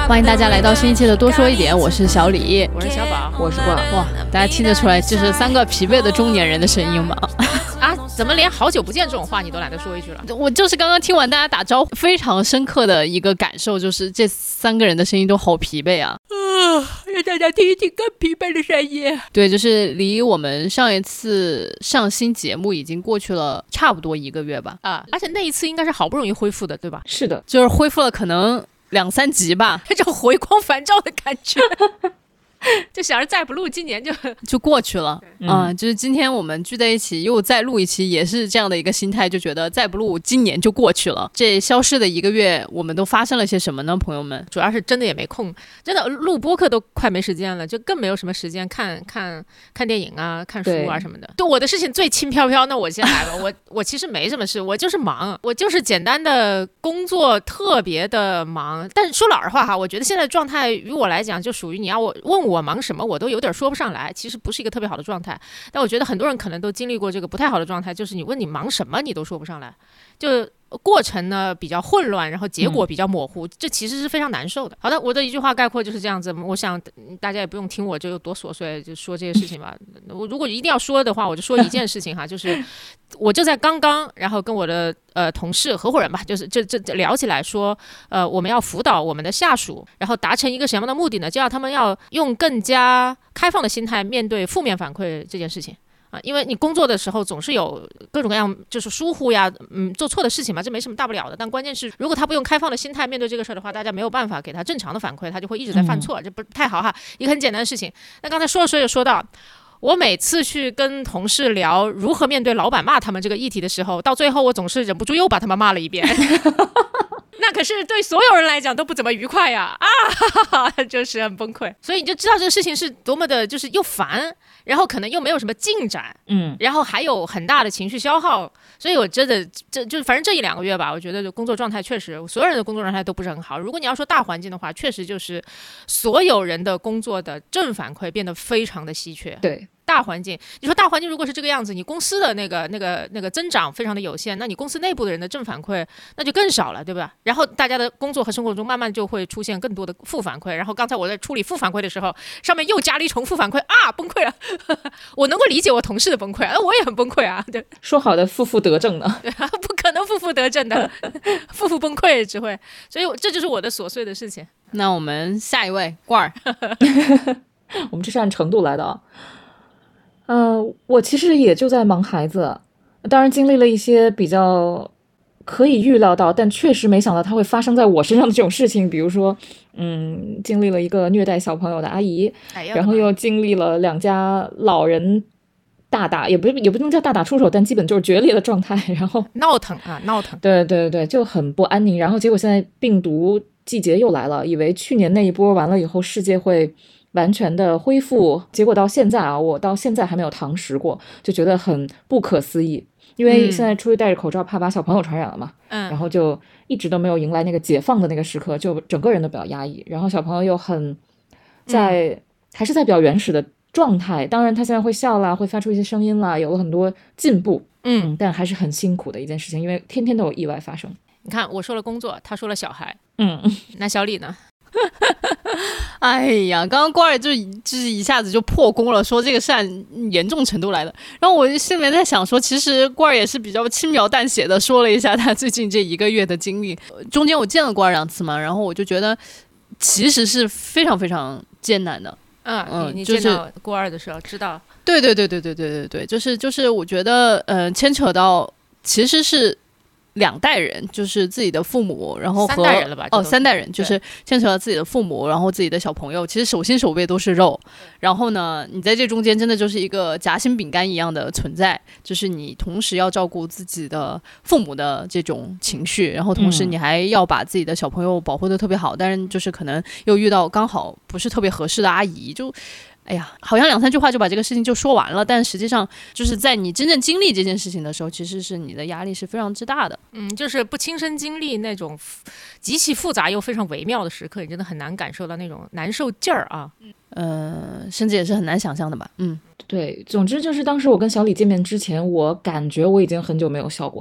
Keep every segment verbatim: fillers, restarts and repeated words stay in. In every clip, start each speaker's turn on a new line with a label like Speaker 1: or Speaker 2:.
Speaker 1: 欢迎大家来到新一期的多说一点，我是小李，
Speaker 2: 我是小宝，
Speaker 3: 我是冠。
Speaker 1: 哇，大家听得出来这是三个疲惫的中年人的声音吗？
Speaker 2: 啊，怎么连好久不见这种话你都懒得说一句了？
Speaker 1: 我就是刚刚听完大家打招呼，非常深刻的一个感受就是这三个人的声音都好疲惫啊。
Speaker 2: 让大家听一听更疲惫的声音。
Speaker 1: 对，就是离我们上一次上新节目已经过去了差不多一个月吧。
Speaker 2: 啊，而且那一次应该是好不容易恢复的，对吧？
Speaker 3: 是的，
Speaker 1: 就是恢复了可能两三集吧，
Speaker 2: 这种回光返照的感觉。就想着再不录今年就
Speaker 1: 就过去了。嗯、呃，就是今天我们聚在一起又再录一期，也是这样的一个心态，就觉得再不录今年就过去了。这消失的一个月我们都发生了些什么呢，朋友们？
Speaker 2: 主要是真的也没空，真的录播客都快没时间了，就更没有什么时间看看看电影啊、看书啊什么的。对，我的事情最轻飘飘，那我先来吧。我我其实没什么事，我就是忙，我就是简单的工作特别的忙。但是说老实话哈，我觉得现在状态于我来讲，就属于你要我问我忙什么，我都有点说不上来，其实不是一个特别好的状态。但我觉得很多人可能都经历过这个不太好的状态，就是你问你忙什么你都说不上来，就过程呢比较混乱，然后结果比较模糊、嗯、这其实是非常难受的。好的，我的一句话概括就是这样子，我想大家也不用听我就有多琐碎就说这些事情吧。我如果一定要说的话，我就说一件事情哈，就是我就在刚刚然后跟我的呃同事合伙人吧，就是这这聊起来说，呃我们要辅导我们的下属，然后达成一个什么样的目的呢？就要他们要用更加开放的心态面对负面反馈这件事情啊，因为你工作的时候总是有各种各样就是疏忽呀，嗯，做错的事情嘛，这没什么大不了的。但关键是，如果他不用开放的心态面对这个事儿的话，大家没有办法给他正常的反馈，他就会一直在犯错，嗯、这不太好哈。一个很简单的事情。那刚才说着说着说到，我每次去跟同事聊如何面对老板骂他们这个议题的时候，到最后我总是忍不住又把他们骂了一遍。那可是对所有人来讲都不怎么愉快呀，啊哈哈，就是很崩溃。所以你就知道这个事情是多么的，就是又烦，然后可能又没有什么进展，嗯，然后还有很大的情绪消耗。所以我真的这就反正这一两个月吧，我觉得工作状态确实，所有人的工作状态都不是很好。如果你要说大环境的话，确实就是所有人的工作的正反馈变得非常的稀缺。
Speaker 3: 对。
Speaker 2: 大环境，你说大环境如果是这个样子，你公司的那个那个那个增长非常的有限，那你公司内部的人的正反馈那就更少了，对吧？然后大家的工作和生活中慢慢就会出现更多的负反馈，然后刚才我在处理负反馈的时候，上面又加了一重负反馈啊，崩溃了。我能够理解我同事的崩溃啊，我也很崩溃啊。对，
Speaker 3: 说好的负负得正呢？
Speaker 2: 对啊，不可能负负得正的，负负崩溃只会。所以这就是我的琐碎的事情。
Speaker 1: 那我们下一位罐儿，
Speaker 3: 我们这是按程度来的啊。呃，我其实也就在忙孩子，当然经历了一些比较可以预料到，但确实没想到它会发生在我身上的这种事情。比如说，嗯，经历了一个虐待小朋友的阿姨，哎、然后又经历了两家老人大打，也不也不能叫大打出手，但基本就是决裂的状态。然后
Speaker 2: 闹腾啊，闹腾，
Speaker 3: 对对对，就很不安宁。然后结果现在病毒季节又来了，以为去年那一波完了以后世界会完全的恢复，结果到现在啊，我到现在还没有堂食过，就觉得很不可思议。因为现在出去戴着口罩，怕把小朋友传染了嘛，嗯，然后就一直都没有迎来那个解放的那个时刻，就整个人都比较压抑。然后小朋友又很在、嗯、还是在比较原始的状态，当然他现在会笑啦，会发出一些声音啦，有了很多进步，嗯，但还是很辛苦的一件事情，因为天天都有意外发生。
Speaker 2: 你看，我说了工作，他说了小孩，
Speaker 3: 嗯，
Speaker 2: 那小李呢？
Speaker 1: 哎呀，刚刚瓜儿就就是一下子就破功了，说这个是按严重程度来的。然后我心里面在想说，其实瓜儿也是比较轻描淡写的说了一下他最近这一个月的经历。中间我见了瓜儿两次嘛，然后我就觉得其实是非常非常艰难的。
Speaker 2: 嗯嗯，你见到瓜儿的时候知道？
Speaker 1: 对对对对对对对对，就是就是我觉得呃牵扯到其实是两代人，就是自己的父母，然后和
Speaker 2: 三代人了吧？
Speaker 1: 哦，三代人就是牵扯到自己的父母，然后自己的小朋友，其实手心手背都是肉。然后呢，你在这中间真的就是一个夹心饼干一样的存在，就是你同时要照顾自己的父母的这种情绪，然后同时你还要把自己的小朋友保护得特别好，但是就是可能又遇到刚好不是特别合适的阿姨，就哎呀，好像两三句话就把这个事情就说完了，但实际上就是在你真正经历这件事情的时候，其实是你的压力是非常之大的。
Speaker 2: 嗯，就是不亲身经历那种极其复杂又非常微妙的时刻，你真的很难感受到那种难受劲儿啊。
Speaker 1: 呃，甚至也是很难想象的吧。嗯，
Speaker 3: 对，总之就是当时我跟小李见面之前，我感觉我已经很久没有笑过了。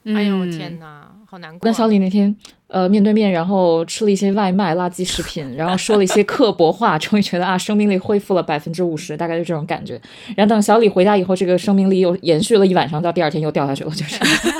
Speaker 2: 哎呦天哪，好难过、啊。
Speaker 3: 跟小李那天呃面对面，然后吃了一些外卖垃圾食品，然后说了一些刻薄话，终于觉得啊生命力恢复了百分之五十，大概就这种感觉。然后等小李回家以后，这个生命力又延续了一晚上，到第二天又掉下去了，就是。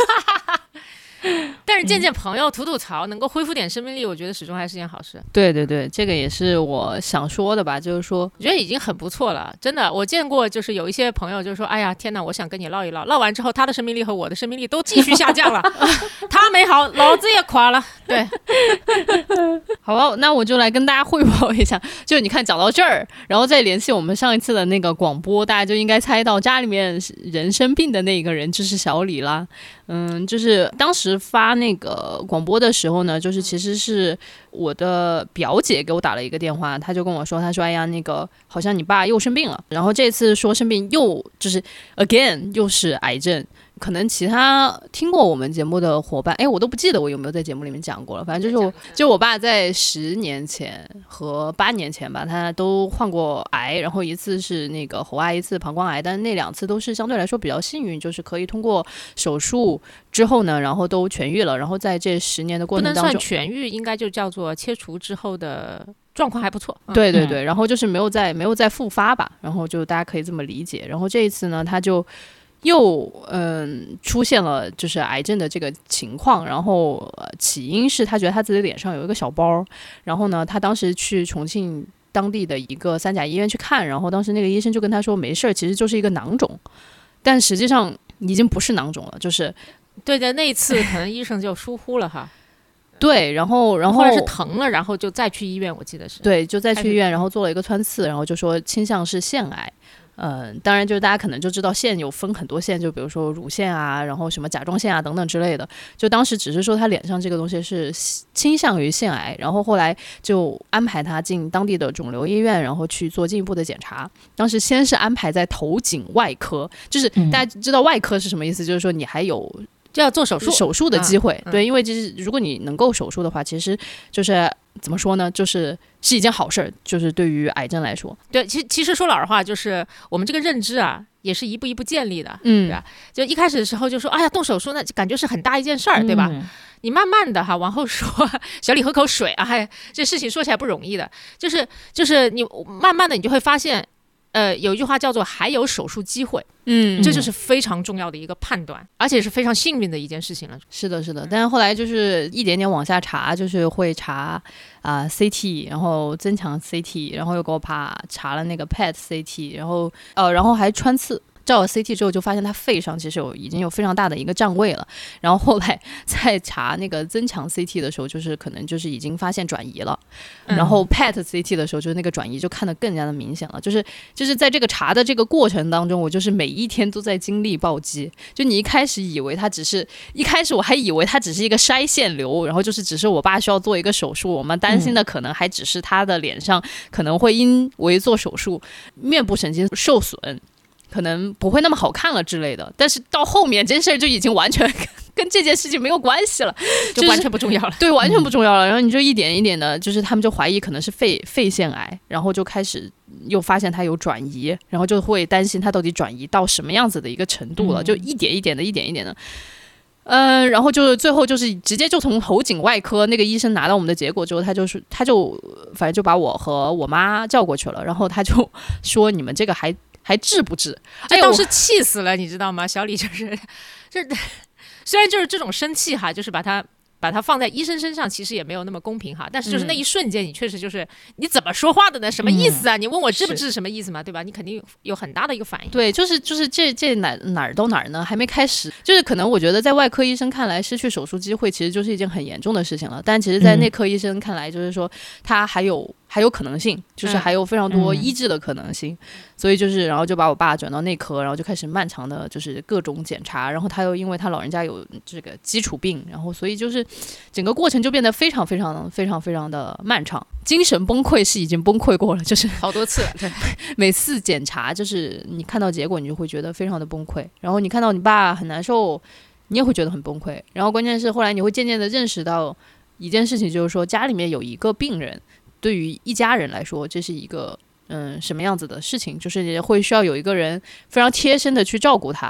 Speaker 2: 但是见见朋友吐吐槽能够恢复点生命力，我觉得始终还是件好事。
Speaker 1: 对对对，这个也是我想说的吧，就是说
Speaker 2: 我觉得已经很不错了，真的。我见过就是有一些朋友就是说，哎呀天哪，我想跟你唠一唠，唠完之后他的生命力和我的生命力都继续下降了他没好，老子也垮了。对
Speaker 1: 好吧，那我就来跟大家汇报一下，就你看讲到这儿，然后再联系我们上一次的那个广播，大家就应该猜到家里面人生病的那个人就是小李啦。嗯，就是当时发那个广播的时候呢，就是其实是我的表姐给我打了一个电话，她就跟我说，她说哎呀那个好像你爸又生病了，然后这次说生病又就是 again 又是癌症。可能其他听过我们节目的伙伴，哎，我都不记得我有没有在节目里面讲过了。反正就是我，就我爸在十年前和八年前吧，他都患过癌，然后一次是那个喉癌，一次膀胱癌，但那两次都是相对来说比较幸运，就是可以通过手术之后呢，然后都痊愈了。然后在这十年的过程当中，
Speaker 2: 不能算痊愈，应该就叫做切除之后的状况还不错。
Speaker 1: 嗯、对对对，然后就是没有再没有再复发吧，然后就大家可以这么理解。然后这一次呢，他就。又嗯出现了就是癌症的这个情况，然后、呃、起因是他觉得他自己脸上有一个小包，然后呢他当时去重庆当地的一个三甲医院去看，然后当时那个医生就跟他说没事，其实就是一个囊肿，但实际上已经不是囊肿了，就是
Speaker 2: 对的那一次可能医生就疏忽了哈
Speaker 1: 对，然后然后
Speaker 2: 或者是疼了，然后就再去医院，我记得是
Speaker 1: 对，就再去医院，然后做了一个穿刺，然后就说倾向是腺癌。嗯、呃，当然就是大家可能就知道腺有分很多腺，就比如说乳腺啊，然后什么甲状腺啊等等之类的。就当时只是说他脸上这个东西是倾向于腺癌，然后后来就安排他进当地的肿瘤医院，然后去做进一步的检查。当时先是安排在头颈外科，就是大家知道外科是什么意思，就是说你还有。
Speaker 2: 就要做手术，
Speaker 1: 手术的机会，
Speaker 2: 嗯、
Speaker 1: 对，因为就是如果你能够手术的话，其实就是怎么说呢，就是是一件好事，就是对于癌症来说，
Speaker 2: 对，其其实说老实话，就是我们这个认知啊，也是一步一步建立的，
Speaker 1: 嗯，
Speaker 2: 对吧？就一开始的时候就说，哎呀，动手术那感觉是很大一件事儿，对吧？嗯、你慢慢的哈往后说，小李喝口水啊，还这事情说起来不容易的，就是就是你慢慢的你就会发现。呃，有一句话叫做还有手术机会，
Speaker 1: 嗯，
Speaker 2: 这就是非常重要的一个判断，而且是非常幸运的一件事情了。
Speaker 1: 是的，是的，但是后来就是一点点往下查，就是会查啊、呃、C T， 然后增强 C T， 然后又给我爬查了那个 P E T C T， 然后呃，然后还穿刺。照了 C T 之后就发现他肺上其实有已经有非常大的一个占位了，然后后来在查那个增强 C T 的时候，就是可能就是已经发现转移了，嗯、然后 P E T C T 的时候，就是那个转移就看得更加的明显了，就是就是在这个查的这个过程当中，我就是每一天都在经历暴击。就你一开始以为他只是一开始我还以为他只是一个筛腺瘤，然后就是只是我爸需要做一个手术，我们担心的可能还只是他的脸上可能会因为做手术面部神经受损。可能不会那么好看了之类的，但是到后面这件事就已经完全跟这件事情没有关系了，
Speaker 2: 就完全不重要了。
Speaker 1: 对，完全不重要了。然后你就一点一点的，就是他们就怀疑可能是肺肺腺癌，然后就开始又发现它有转移，然后就会担心它到底转移到什么样子的一个程度了，就一点一点的，一点一点的。嗯、呃，然后就是最后就是直接就从头颈外科那个医生拿到我们的结果之后，他就是他就反正就把我和我妈叫过去了，然后他就说你们这个还。还治不治？
Speaker 2: 这当时气死了，你知道吗？小李就是，这虽然就是这种生气哈，就是把他把他放在医生身上，其实也没有那么公平哈。但是就是那一瞬间，你确实就是你怎么说话的呢？什么意思啊？嗯、你问我治不治什么意思嘛？对吧？你肯定有有很大的一个反应。
Speaker 1: 对，就是就是这这哪哪儿都哪儿呢？还没开始，就是可能我觉得在外科医生看来，失去手术机会其实就是一件很严重的事情了。但其实，在内科医生看来，就是说他还有。还有可能性，就是还有非常多医治的可能性，嗯、所以就是然后就把我爸转到内科，然后就开始漫长的就是各种检查，然后他又因为他老人家有这个基础病，然后所以就是整个过程就变得非常非常非常非常的漫长，精神崩溃是已经崩溃过了，就是
Speaker 2: 好多次了，对，
Speaker 1: 每次检查就是你看到结果你就会觉得非常的崩溃，然后你看到你爸很难受，你也会觉得很崩溃，然后关键是后来你会渐渐的认识到一件事情，就是说家里面有一个病人。对于一家人来说，这是一个嗯什么样子的事情？就是会需要有一个人非常贴身的去照顾他，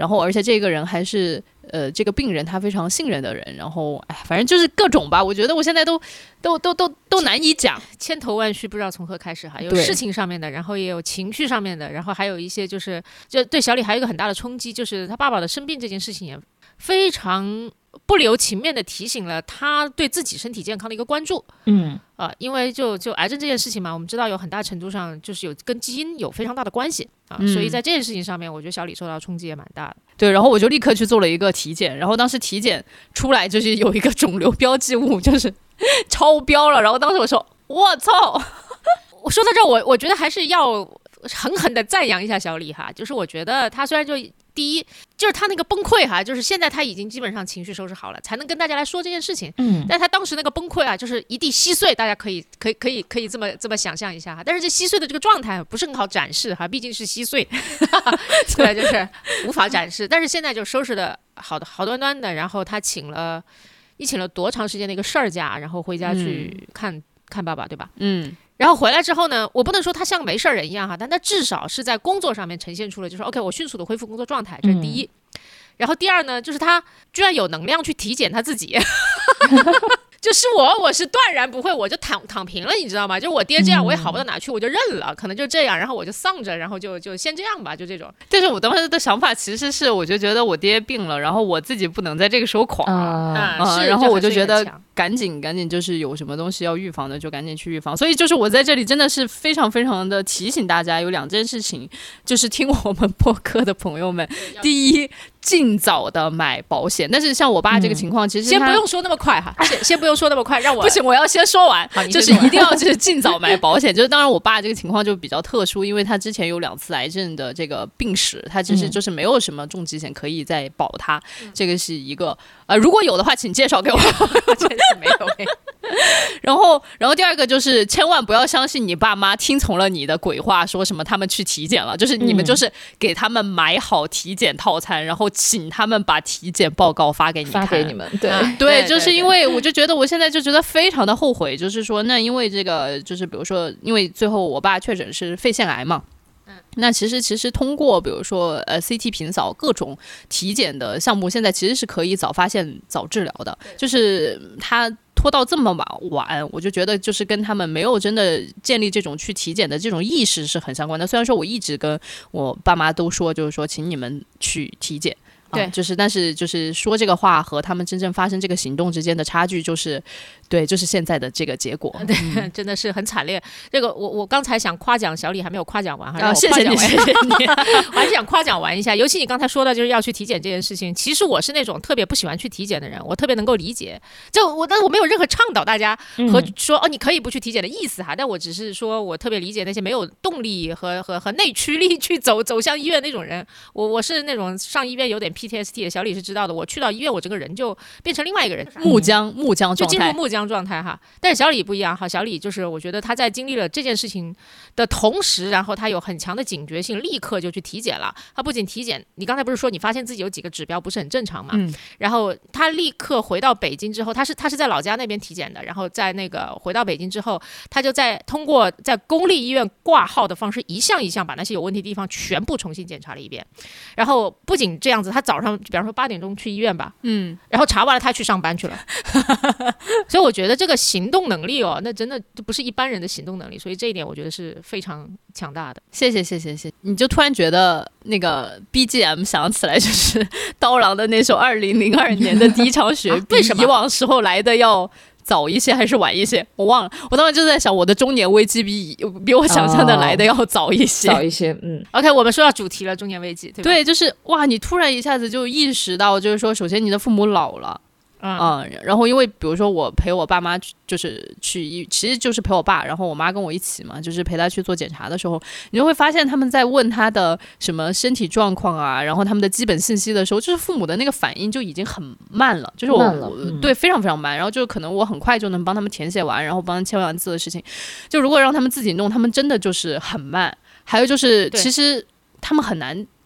Speaker 1: 然后而且这个人还是呃这个病人他非常信任的人，然后哎，反正就是各种吧，我觉得我现在都都都都都难以讲，
Speaker 2: 千头万绪不知道从何开始哈，有事情上面的，然后也有情绪上面的，然后还有一些就是就对小李还有一个很大的冲击，就是他爸爸的生病这件事情也非常不留情面的提醒了他对自己身体健康的一个关注。
Speaker 3: 嗯
Speaker 2: 啊、呃，因为就就癌症这件事情嘛，我们知道有很大程度上就是有跟基因有非常大的关系啊、嗯，所以在这件事情上面，我觉得小李受到冲击也蛮大的。
Speaker 1: 对，然后我就立刻去做了一个体检，然后当时体检出来就是有一个肿瘤标记物，就是超标了，然后当时我说我操！
Speaker 2: 我说到这儿，我我觉得还是要狠狠的赞扬一下小李哈，就是我觉得他虽然就第一就是他那个崩溃哈，就是现在他已经基本上情绪收拾好了，才能跟大家来说这件事情。嗯，但他当时那个崩溃啊，就是一地稀碎，大家可以可以可以可以这么这么想象一下哈。但是这稀碎的这个状态不是很好展示哈，毕竟是稀碎，对，就是无法展示。但是现在就收拾的好的好端端的，然后他请了你请了多长时间的一个事儿假，然后回家去看、嗯、看爸爸，对吧？
Speaker 1: 嗯。
Speaker 2: 然后回来之后呢，我不能说他像没事人一样哈，但他至少是在工作上面呈现出了就是 OK， 我迅速的恢复工作状态，这是第一。嗯、然后第二呢，就是他居然有能量去体检他自己。就是我，我是断然不会，我就躺躺平了，你知道吗？就是我爹这样，我也好不到哪去，我就认了，可能就这样，然后我就丧着，然后就就先这样吧，就这种。
Speaker 1: 但是我当时的想法其实是，我就觉得我爹病了，然后我自己不能在这个时候垮
Speaker 2: 啊、嗯嗯，
Speaker 1: 然后我就觉得赶紧赶紧，就是有什么东西要预防的，就赶紧去预防。所以就是我在这里真的是非常非常的提醒大家，有两件事情，就是听我们播客的朋友们，第一，尽早的买保险。但是像我爸这个情况，嗯、其实
Speaker 2: 先不用说那么快哈，先先不用说那么快，让我
Speaker 1: 不行，我要先说完，就是一定要就是尽早买保险。就是当然，我爸这个情况就比较特殊，因为他之前有两次癌症的这个病史，他其实就是没有什么重疾险可以再保他，嗯、这个是一个呃，如果有的话，请介绍给我。
Speaker 2: 真是没有。
Speaker 1: 然后，然后第二个就是千万不要相信你爸妈听从了你的鬼话，说什么他们去体检了，就是你们就是给他们买好体检套餐，然后请他们把体检报告发给你看，
Speaker 3: 发给你们。对、
Speaker 1: 啊、对，就是因为我就觉得我现在就觉得非常的后悔，就是说那因为这个就是比如说，因为最后我爸确诊是肺腺癌嘛。那其实其实通过比如说呃 C T 平扫各种体检的项目，现在其实是可以早发现早治疗的，就是他拖到这么晚，我就觉得就是跟他们没有真的建立这种去体检的这种意识是很相关的。虽然说我一直跟我爸妈都说，就是说请你们去体检。对、啊，就是但是就是说这个话和他们真正发生这个行动之间的差距，就是对，就是现在的这个结果，
Speaker 2: 对，嗯、真的是很惨烈。这个我我刚才想夸奖小李，还没有夸奖完哈，
Speaker 1: 啊，谢谢你，谢谢你，
Speaker 2: 我还是想夸奖完一下。尤其你刚才说的就是要去体检这件事情，其实我是那种特别不喜欢去体检的人，我特别能够理解。就我，但是我没有任何倡导大家和说、嗯、哦你可以不去体检的意思哈，但我只是说我特别理解那些没有动力和和和内驱力去走走向医院那种人。我我是那种上医院有点。P T S D 的小李是知道的，我去到医院，我整个人就变成另外一个人，
Speaker 1: 木僵木僵状态，
Speaker 2: 就进入木僵状态哈。但是小李不一样哈，小李就是我觉得他在经历了这件事情的同时，然后他有很强的警觉性，立刻就去体检了。他不仅体检，你刚才不是说你发现自己有几个指标不是很正常嘛？嗯。然后他立刻回到北京之后，他是他是在老家那边体检的，然后在那个回到北京之后，他就在通过在公立医院挂号的方式，一项一项把那些有问题的地方全部重新检查了一遍。然后不仅这样子，他早上比方说八点钟去医院吧，嗯，然后查完了他去上班去了，所以我觉得这个行动能力哦，那真的就不是一般人的行动能力，所以这一点我觉得是非常强大的。
Speaker 1: 谢谢谢谢谢谢，你就突然觉得那个 B G M 想起来就是刀郎的那首二零零二年的第一场雪，
Speaker 2: 啊、为什么
Speaker 1: 以往时候来的要早一些还是晚一些？我忘了，我当时就在想，我的中年危机比比我想象的来的要早一些，
Speaker 3: 哦、早一些。嗯
Speaker 2: ，OK， 我们说到主题了，中年危机，对吧？
Speaker 1: 对，就是哇，你突然一下子就意识到，就是说，首先你的父母老了。嗯, 嗯，然后因为比如说我陪我爸妈就是去，其实就是陪我爸，然后我妈跟我一起嘛，就是陪他去做检查的时候，你就会发现他们在问他的什么身体状况啊，然后他们的基本信息的时候，就是父母的那个反应就已经很慢了，就是我, 我、嗯、对非常非常慢，然后就可能我很快就能帮他们填写完，然后帮他们签完字的事情，就如果让他们自己弄，他们真的就是很慢。还有就是其实他们很难。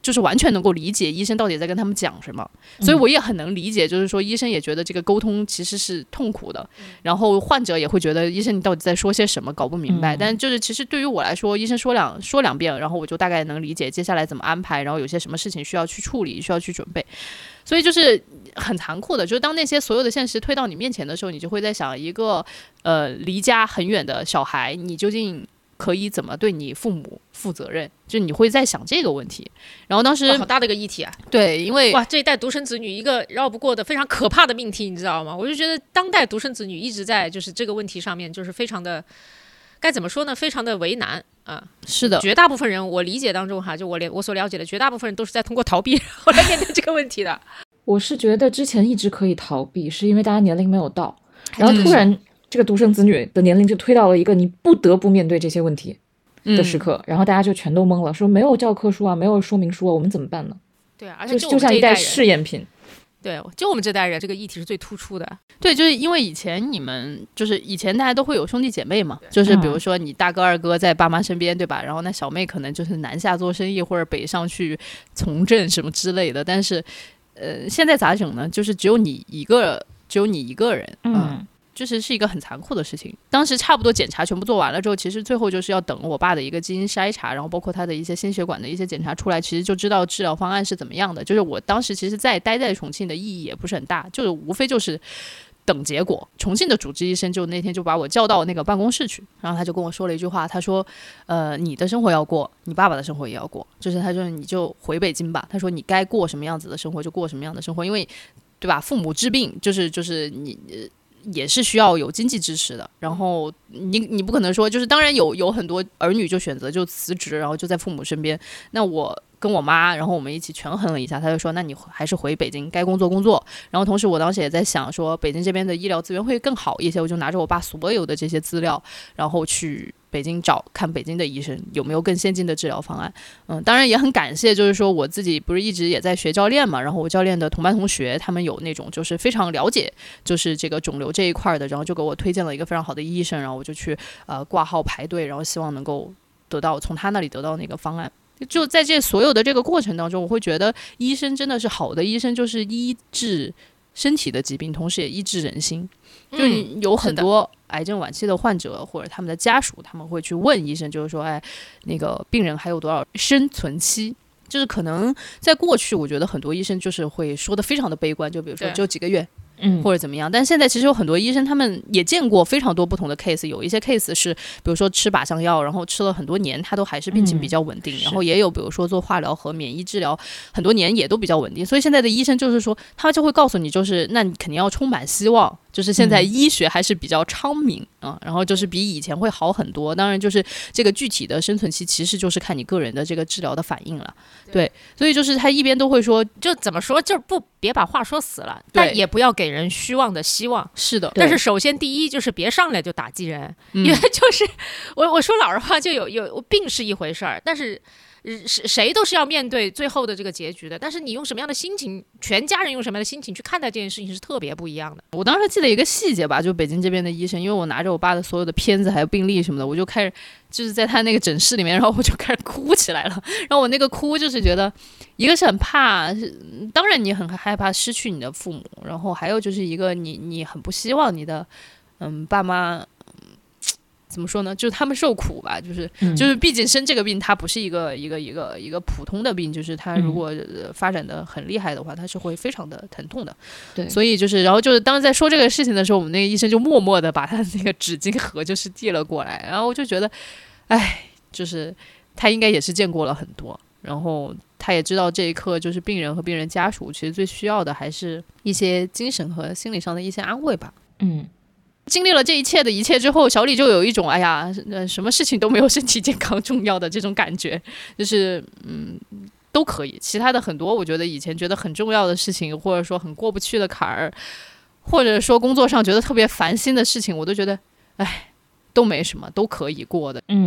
Speaker 1: 就是完全能够理解医生到底在跟他们讲什么，所以我也很能理解，就是说医生也觉得这个沟通其实是痛苦的，然后患者也会觉得医生你到底在说些什么，搞不明白。但就是其实对于我来说，医生说两说两遍，然后我就大概能理解接下来怎么安排，然后有些什么事情需要去处理，需要去准备。所以就是很残酷的，就是当那些所有的现实推到你面前的时候，你就会在想，一个呃离家很远的小孩，你究竟可以怎么对你父母负责任？就你会在想这个问题。然后当时
Speaker 2: 好大的一个议题啊！
Speaker 1: 对，因为
Speaker 2: 哇，这一代独生子女一个绕不过的非常可怕的命题，你知道吗？我就觉得当代独生子女一直在就是这个问题上面，就是非常的该怎么说呢？非常的为难啊！
Speaker 1: 是的，
Speaker 2: 绝大部分人我理解当中哈，就我我所了解的，绝大部分人都是在通过逃避然后来面对这个问题的。
Speaker 3: 我是觉得之前一直可以逃避，是因为大家年龄没有到，然后突然这个独生子女的年龄就推到了一个你不得不面对这些问题的时刻，嗯、然后大家就全都懵了，说没有教科书啊，没有说明书啊，我们怎么办呢？
Speaker 2: 对啊，而且
Speaker 3: 就, 就像一代试验品。
Speaker 2: 对，就我们这代人，这个议题是最突出的。
Speaker 1: 对，就是因为以前你们就是以前大家都会有兄弟姐妹嘛，就是比如说你大哥二哥在爸妈身边，对吧？然后那小妹可能就是南下做生意或者北上去从政什么之类的。但是，呃，现在咋整呢？就是只有你一个，只有你一个人，嗯。嗯就是是一个很残酷的事情。当时差不多检查全部做完了之后，其实最后就是要等我爸的一个基因筛查，然后包括他的一些心血管的一些检查出来，其实就知道治疗方案是怎么样的。就是我当时其实在待在重庆的意义也不是很大，就是无非就是等结果。重庆的主治医生就那天就把我叫到那个办公室去，然后他就跟我说了一句话，他说呃，你的生活要过，你爸爸的生活也要过，就是他说你就回北京吧，他说你该过什么样子的生活就过什么样的生活，因为对吧，父母治病就是就是你也是需要有经济支持的，然后你你不可能说，就是当然有有很多儿女就选择就辞职，然后就在父母身边。那我跟我妈，然后我们一起权衡了一下，他就说，那你还是回北京，该工作工作。然后同时我当时也在想说，北京这边的医疗资源会更好一些，我就拿着我爸所有的这些资料，然后去北京找看北京的医生有没有更先进的治疗方案。嗯，当然也很感谢，就是说我自己不是一直也在学教练嘛，然后我教练的同班同学他们有那种就是非常了解就是这个肿瘤这一块的，然后就给我推荐了一个非常好的医生，然后我就去呃挂号排队，然后希望能够得到从他那里得到那个方案。就在这所有的这个过程当中，我会觉得医生真的是好的医生，就是医治身体的疾病，同时也医治人心。就有很多癌症晚期的患者或者他们的家属，他们会去问医生，就是说，哎，那个病人还有多少生存期？就是可能在过去，我觉得很多医生就是会说的非常的悲观，就比如说只有几个月。嗯，或者怎么样，但现在其实有很多医生他们也见过非常多不同的 case， 有一些 case 是比如说吃靶向药，然后吃了很多年他都还是病情比较稳定、嗯、然后也有比如说做化疗和免疫治疗很多年也都比较稳定。所以现在的医生就是说他就会告诉你，就是那你肯定要充满希望，就是现在医学还是比较昌明、嗯、啊，然后就是比以前会好很多。当然就是这个具体的生存期其实就是看你个人的这个治疗的反应了。 对, 对，所以就是他一边都会说，
Speaker 2: 就怎么说，就是不别把话说死了，但也不要给人虚妄的希望。
Speaker 1: 是的，
Speaker 2: 但是首先第一就是别上来就打击人、嗯、因为就是我我说老实话，就有有病是一回事儿，但是谁都是要面对最后的这个结局的，但是你用什么样的心情，全家人用什么样的心情去看待这件事情是特别不一样的。
Speaker 1: 我当时记得一个细节吧，就北京这边的医生，因为我拿着我爸的所有的片子还有病历什么的，我就开始就是在他那个诊室里面，然后我就开始哭起来了。然后我那个哭就是觉得一个是很怕，当然你很害怕失去你的父母，然后还有就是一个你你很不希望你的嗯爸妈怎么说呢，就是他们受苦吧，就是、嗯、就是毕竟生这个病它不是一个一个一个一个普通的病，就是它如果发展的很厉害的话，它是会非常的疼痛的。对，所以就是然后就是当时在说这个事情的时候，我们那个医生就默默的把他那个纸巾盒就是递了过来，然后我就觉得哎，就是他应该也是见过了很多，然后他也知道这一刻就是病人和病人家属其实最需要的还是一些精神和心理上的一些安慰吧。嗯，经历了这一切的一切之后，小李就有一种哎呀、呃、什么事情都没有身体健康重要的这种感觉，就是嗯都可以，其他的很多我觉得以前觉得很重要的事情，或者说很过不去的坎儿，或者说工作上觉得特别烦心的事情，我都觉得哎都没什么，都可以过的。嗯，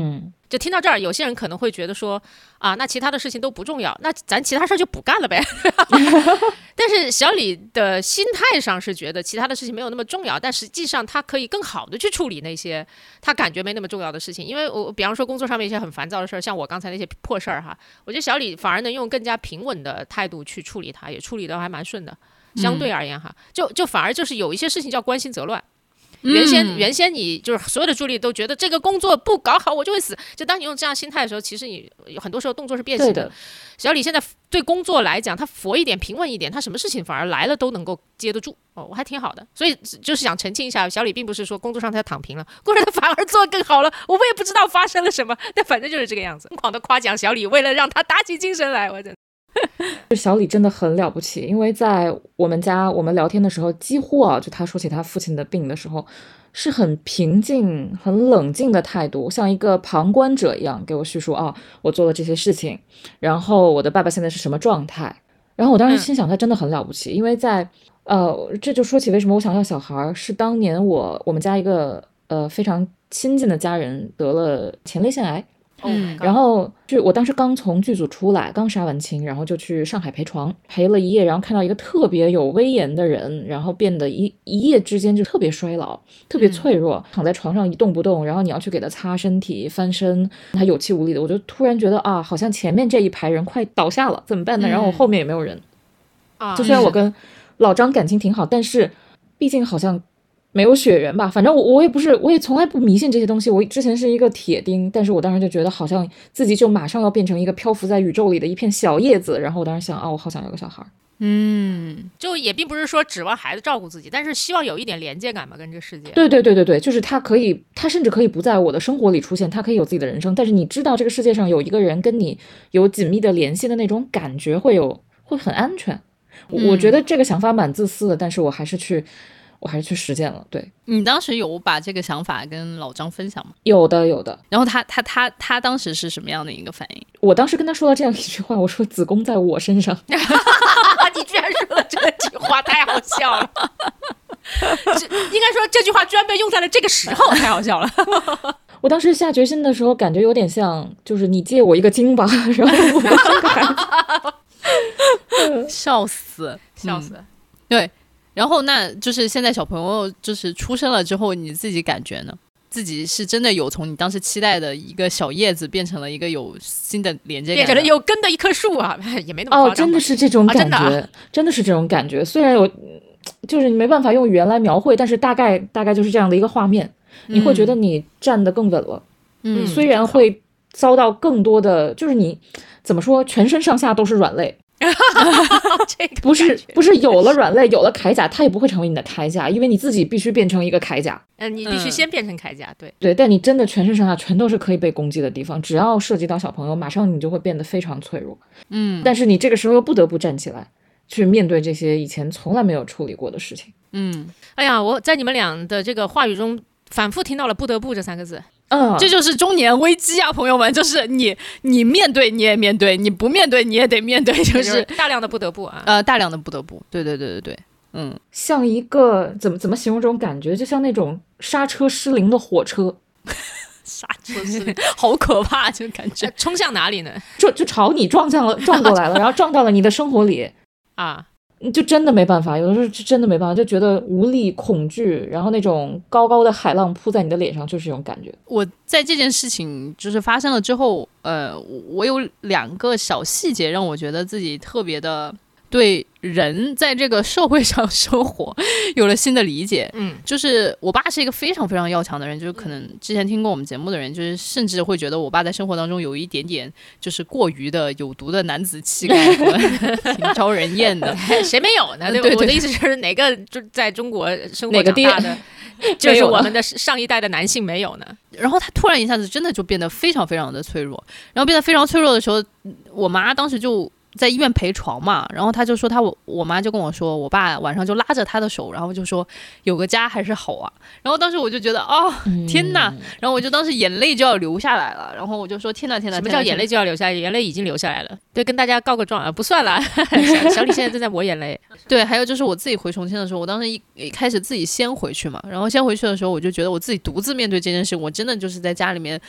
Speaker 2: 就听到这儿，有些人可能会觉得说啊，那其他的事情都不重要，那咱其他事儿就不干了呗。但是小李的心态上是觉得其他的事情没有那么重要，但实际上他可以更好的去处理那些他感觉没那么重要的事情。因为我比方说工作上面一些很烦躁的事儿，像我刚才那些破事儿哈，我觉得小李反而能用更加平稳的态度去处理它，也处理得还蛮顺的。相对而言哈，就就反而就是有一些事情叫关心则乱。原先、嗯、原先你就是所有的助理都觉得这个工作不搞好我就会死，就当你用这样心态的时候，其实你很多时候动作是变形 的, 的小李现在对工作来讲，他佛一点平稳一点，他什么事情反而来了都能够接得住，哦，我还挺好的。所以就是想澄清一下，小李并不是说工作上他躺平了，工作上他反而做得更好了，我也不知道发生了什么，但反正就是这个样子，疯狂的夸奖小李，为了让他打起精神来。我真的
Speaker 3: 小李真的很了不起，因为在我们家我们聊天的时候，几乎啊，就他说起他父亲的病的时候，是很平静很冷静的态度，像一个旁观者一样给我叙述啊，我做了这些事情，然后我的爸爸现在是什么状态。然后我当时心想他真的很了不起，嗯、因为在呃这就说起为什么我想要小孩，是当年我我们家一个呃非常亲近的家人得了前列腺癌。
Speaker 2: 嗯，
Speaker 3: 然后就我当时刚从剧组出来，刚杀完青，然后就去上海陪床，陪了一夜，然后看到一个特别有威严的人，然后变得一一夜之间就特别衰老，特别脆弱，嗯、躺在床上一动不动，然后你要去给他擦身体、翻身，他有气无力的，我就突然觉得啊，好像前面这一排人快倒下了，怎么办呢？然后我后面也没有人，
Speaker 2: 啊、嗯，
Speaker 3: 就虽然我跟老张感情挺好，但是毕竟好像没有血缘吧，反正我我也不是，我也从来不迷信这些东西。我之前是一个铁钉，但是我当时就觉得好像自己就马上要变成一个漂浮在宇宙里的一片小叶子。然后我当时想啊，我好想有个小孩。
Speaker 2: 嗯，就也并不是说指望孩子照顾自己，但是希望有一点连接感嘛，跟这个世界。
Speaker 3: 对对对对对，就是他可以，他甚至可以不在我的生活里出现，他可以有自己的人生。但是你知道这个世界上有一个人跟你有紧密的联系的那种感觉，会有会很安全。我觉得这个想法蛮自私的，但是我还是去。我还是去实践了。对，
Speaker 1: 你当时有把这个想法跟老张分享吗？
Speaker 3: 有的有的。
Speaker 1: 然后他他他他当时是什么样的一个反应？
Speaker 3: 我当时跟他说了这样一句话，我说子宫在我身上。
Speaker 2: 你居然说了这句话，太好笑了。应该说这句话居然被用在了这个时候，太好笑了。
Speaker 3: 我当时下决心的时候感觉有点像，就是你借我一个精吧，然后我就生个孩
Speaker 1: 子。笑死
Speaker 2: 笑死、嗯、
Speaker 1: 对。然后那就是现在小朋友就是出生了之后，你自己感觉呢？自己是真的有从你当时期待的一个小叶子变成了一个有新的连接感，
Speaker 2: 变成了有根的一棵树啊，也没那么夸张。
Speaker 3: 哦，真的是这种感觉、啊真的啊、真的是这种感觉。虽然我就是你没办法用语言来描绘，但是大概大概就是这样的一个画面，你会觉得你站得更稳了。嗯，虽然会遭到更多的，就是你怎么说，全身上下都是软肋。不是不是有了软肋有了铠甲，它也不会成为你的铠甲，因为你自己必须变成一个铠甲。
Speaker 2: 嗯，你必须先变成铠甲。对
Speaker 3: 对，但你真的全身上下全都是可以被攻击的地方，只要涉及到小朋友，马上你就会变得非常脆弱。
Speaker 1: 嗯，
Speaker 3: 但是你这个时候又不得不站起来去面对这些以前从来没有处理过的事情。
Speaker 2: 嗯，哎呀，我在你们俩的这个话语中反复听到了不得不这三个字。
Speaker 3: 嗯，
Speaker 1: 这就是中年危机啊，朋友们，就是你你面对你也面对，你不面对你也得面对，就是
Speaker 2: 大量的不得不啊，
Speaker 1: 呃，大量的不得不，对对对对对，嗯，
Speaker 3: 像一个怎么怎么形容这种感觉，就像那种刹车失灵的火车，
Speaker 1: 刹车失灵，好可怕，这个感觉，
Speaker 2: 冲向哪里呢？
Speaker 3: 就就朝你撞向了，撞过来了，然后撞到了你的生活里
Speaker 2: 啊。
Speaker 3: 就真的没办法，有的时候就真的没办法，就觉得无力恐惧，然后那种高高的海浪扑在你的脸上，就是这种感觉。
Speaker 1: 我在这件事情就是发生了之后，呃，我有两个小细节让我觉得自己特别的对人在这个社会上生活有了新的理解。
Speaker 2: 嗯，
Speaker 1: 就是我爸是一个非常非常要强的人，就是可能之前听过我们节目的人，就是甚至会觉得我爸在生活当中有一点点就是过于的有毒的男子气概和挺招人厌的。
Speaker 2: 谁没有呢？对吧？
Speaker 1: 对对对，
Speaker 2: 我的意思是哪个就在中国生活长大的就是我们的上一代的男性没有呢？
Speaker 1: 然后他突然一下子真的就变得非常非常的脆弱，然后变得非常脆弱的时候，我妈当时就在医院陪床嘛，然后他就说他我我妈就跟我说，我爸晚上就拉着他的手，然后就说有个家还是好啊。然后当时我就觉得哦天哪，然后我就当时眼泪就要流下来了，然后我就说天哪天哪，
Speaker 2: 什么叫眼泪就要流下来？眼泪已经流下来了。对，跟大家告个状啊，不算了。小, 小李现在正在抹眼泪。
Speaker 1: 对，还有就是我自己回重庆的时候，我当时 一, 一开始自己先回去嘛，然后先回去的时候，我就觉得我自己独自面对这件事，我真的就是在家里面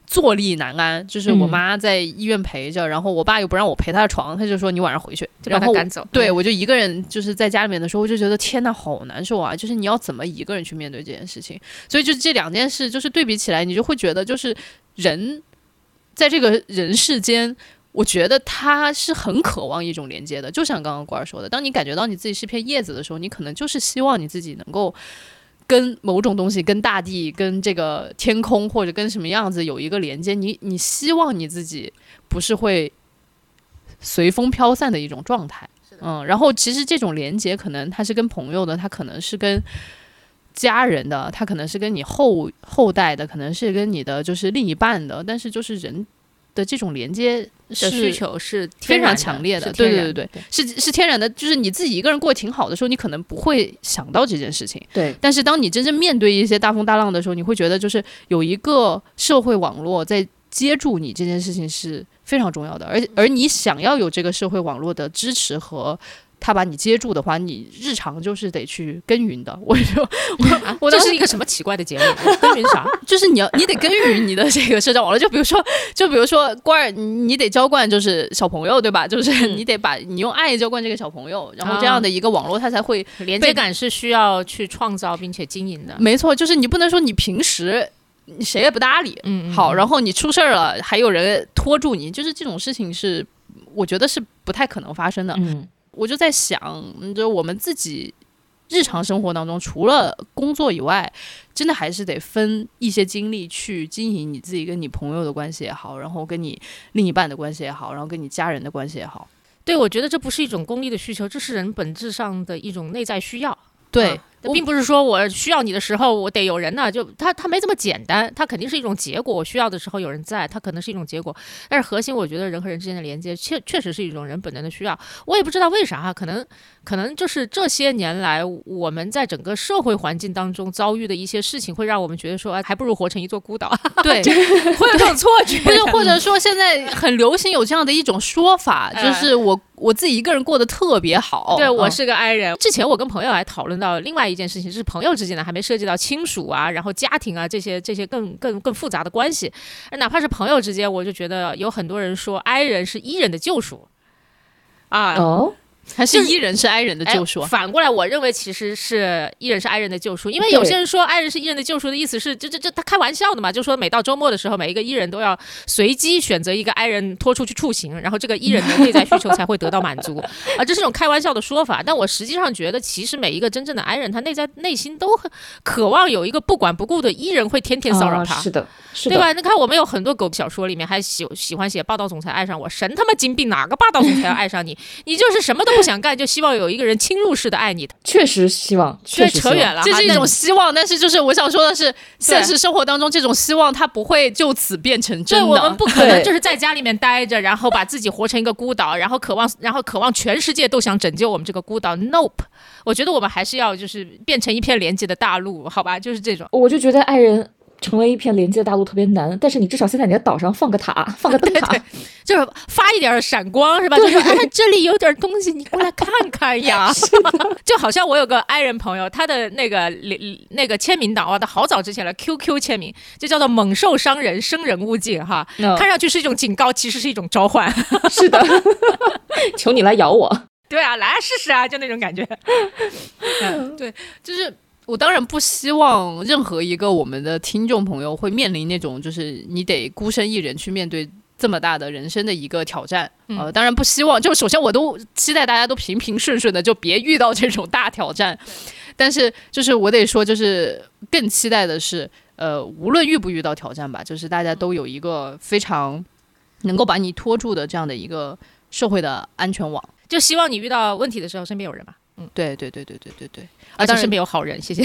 Speaker 1: 坐立难安，就是我妈在医院陪着、嗯、然后我爸又不让我陪她的床，他就说你晚上回去，
Speaker 2: 就把她赶走。
Speaker 1: 对，我就一个人就是在家里面的时候，我就觉得天哪好难受啊，就是你要怎么一个人去面对这件事情。所以就这两件事就是对比起来，你就会觉得就是人在这个人世间，我觉得他是很渴望一种连接的，就像刚刚官儿说的，当你感觉到你自己是片叶子的时候，你可能就是希望你自己能够跟某种东西，跟大地，跟这个天空，或者跟什么样子有一个连接，你你希望你自己不是会随风飘散的一种状态。嗯，然后其实这种连接可能它是跟朋友的，它可能是跟家人的，它可能是跟你后后代的，可能是跟你的就是另一半的，但是就是人的这种连接
Speaker 2: 的需求是
Speaker 1: 非常强烈的，对对对对，是是天然的。就是你自己一个人过得挺好的时候，你可能不会想到这件事情。
Speaker 3: 对，
Speaker 1: 但是当你真正面对一些大风大浪的时候，你会觉得就是有一个社会网络在接住你，这件事情是非常重要的。而而你想要有这个社会网络的支持和他把你接住的话，你日常就是得去耕耘的。我就我、
Speaker 2: 啊、我这是一个什么奇怪的节目？耕耘啥？
Speaker 1: 就是你要你得耕耘你的这个社交网络。就比如说，就比如说官儿，你得浇灌就是小朋友，对吧？就是你得把你用爱浇灌这个小朋友，然后这样的一个网络，它才会
Speaker 2: 连接感是需要去创造并且经营的。
Speaker 1: 没错，就是你不能说你平时谁也不搭理，嗯，好，然后你出事了还有人拖住你，就是这种事情是我觉得是不太可能发生的。嗯。我就在想，就我们自己日常生活当中，除了工作以外，真的还是得分一些精力去经营你自己跟你朋友的关系也好，然后跟你另一半的关系也好，然后跟你家人的关系也好。
Speaker 2: 对，我觉得这不是一种功利的需求，这是人本质上的一种内在需要。
Speaker 1: 对。
Speaker 2: 啊并不是说我需要你的时候我得有人呢，就他他没这么简单，他肯定是一种结果。我需要的时候有人在，他可能是一种结果，但是核心我觉得人和人之间的连接确确实是一种人本能的需要。我也不知道为啥，可能可能就是这些年来我们在整个社会环境当中遭遇的一些事情，会让我们觉得说，哎，还不如活成一座孤岛。
Speaker 1: 对，
Speaker 2: 会有这种错觉，
Speaker 1: 或者或者说现在很流行有这样的一种说法，就是我我自己一个人过得特别好。
Speaker 2: 对，我是个 I 人。之前我跟朋友还讨论到另外一件事情，就是朋友之间的还没涉及到亲属啊，然后家庭啊这些这些更更更复杂的关系。哪怕是朋友之间，我就觉得有很多人说 I 人是 E 人的救赎啊。
Speaker 3: 哦。
Speaker 1: 还是 E 人是 I 人的救赎、啊
Speaker 2: 哎、反过来我认为其实是 E 人是 I 人的救赎，因为有些人说 I 人是 E 人的救赎的意思是这这这他开玩笑的嘛，就说每到周末的时候每一个 E 人都要随机选择一个 I 人拖出去处刑，然后这个 E 人的内在需求才会得到满足啊，这是种开玩笑的说法。但我实际上觉得其实每一个真正的 I 人他内在内心都很渴望有一个不管不顾的 E 人会天天骚扰他、
Speaker 3: 哦、是的是的，
Speaker 2: 对吧？你看我们有很多狗小说里面还喜喜欢写霸道总裁爱上我，神他妈精病，哪个霸道总裁要爱上你？你就是什么都不想干，就希望有一个人侵入式的爱你。
Speaker 3: 确实希望，确实
Speaker 2: 扯远了，
Speaker 1: 这是一种希望，但是就是我想说的是，现实生活当中这种希望它不会就此变成真的。
Speaker 2: 对，我们不可能就是在家里面待着，然后把自己活成一个孤岛，然后渴望，然后渴望全世界都想拯救我们这个孤岛。Nope， 我觉得我们还是要就是变成一片连接的大陆，好吧？就是这种。
Speaker 3: 我就觉得爱人成为一片连接的大陆特别难，但是你至少现在你的岛上放个塔，放个灯塔，
Speaker 2: 对对，就是发一点闪光是吧？就是哎，这里有点东西，你过来看看呀。就好像我有个爱人朋友，他的那个那个签名档啊，他好早之前了 Q Q 签名，就叫做猛兽伤人，生人勿近哈。No. 看上去是一种警告，其实是一种召唤。
Speaker 3: 是的，求你来咬我。
Speaker 2: 对啊，来试试啊，就那种感觉。
Speaker 1: 嗯，对，就是。我当然不希望任何一个我们的听众朋友会面临那种就是你得孤身一人去面对这么大的人生的一个挑战、嗯、呃，当然不希望，就首先我都期待大家都平平顺顺的，就别遇到这种大挑战。但是就是我得说，就是更期待的是呃，无论遇不遇到挑战吧，就是大家都有一个非常能够把你拖住的这样的一个社会的安全网，
Speaker 2: 就希望你遇到问题的时候身边有人吧。
Speaker 1: 嗯，对对对对对对对，
Speaker 2: 而且身边有好人，谢谢。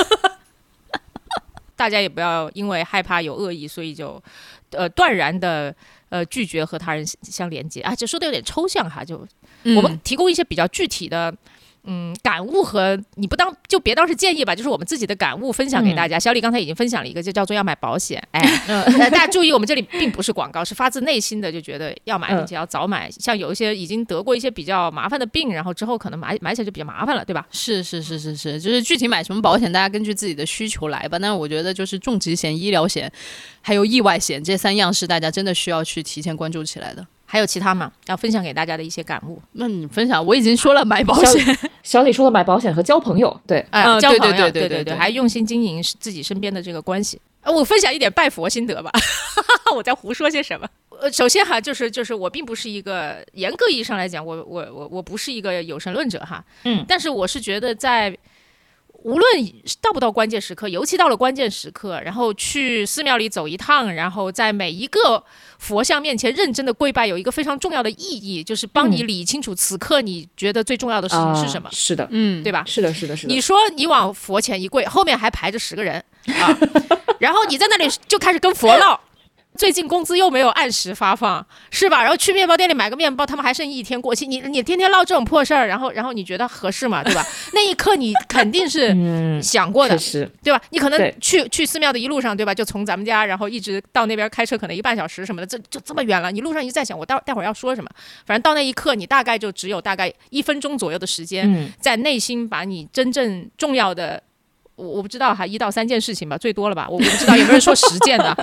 Speaker 2: 大家也不要因为害怕有恶意，所以就呃断然的呃拒绝和他人相连接啊，这说的有点抽象哈，就、嗯、我们提供一些比较具体的嗯，感悟和你不当就别当是建议吧，就是我们自己的感悟分享给大家。嗯、小李刚才已经分享了一个，就叫做要买保险。哎，嗯、大家注意，我们这里并不是广告，是发自内心的就觉得要买，并且要早买。嗯、像有一些已经得过一些比较麻烦的病，然后之后可能买买起来就比较麻烦了，对吧？
Speaker 1: 是是是是是，就是具体买什么保险，大家根据自己的需求来吧。但是我觉得就是重疾险、医疗险，还有意外险这三样是大家真的需要去提前关注起来的。
Speaker 2: 还有其他吗？要分享给大家的一些感悟？
Speaker 1: 那你分享，我已经说了买保险，
Speaker 3: 小, 小李说了买保险和交朋友，对，
Speaker 2: 哎、呃，交朋友，
Speaker 1: 对对对
Speaker 2: 对对 对, 对，还用心经营自己身边的这个关系。呃、我分享一点拜佛心得吧，我在胡说些什么？呃，首先哈，就是就是我并不是一个严格意义上来讲，我我我我不是一个有神论者哈，嗯，但是我是觉得在。无论到不到关键时刻，尤其到了关键时刻，然后去寺庙里走一趟，然后在每一个佛像面前认真的跪拜，有一个非常重要的意义，就是帮你理清楚此刻你觉得最重要的事情是什么。
Speaker 3: 嗯啊、是的，
Speaker 2: 嗯，对吧？
Speaker 3: 是的，是的，是的。
Speaker 2: 你说你往佛前一跪，后面还排着十个人啊，然后你在那里就开始跟佛唠。最近工资又没有按时发放，是吧？然后去面包店里买个面包，他们还剩一天过期，你你天天唠这种破事儿，然后然后你觉得合适吗？对吧？那一刻你肯定是想过的，
Speaker 3: 嗯、
Speaker 2: 对吧？你可能去去寺庙的一路上，对吧？就从咱们家，然后一直到那边开车可能一半小时什么的，这就这么远了。你路上一直在想，我待待会儿要说什么，反正到那一刻，你大概就只有大概一分钟左右的时间，嗯、在内心把你真正重要的。我我不知道哈，一到三件事情吧，最多了吧？我我不知道有没有人说十件的，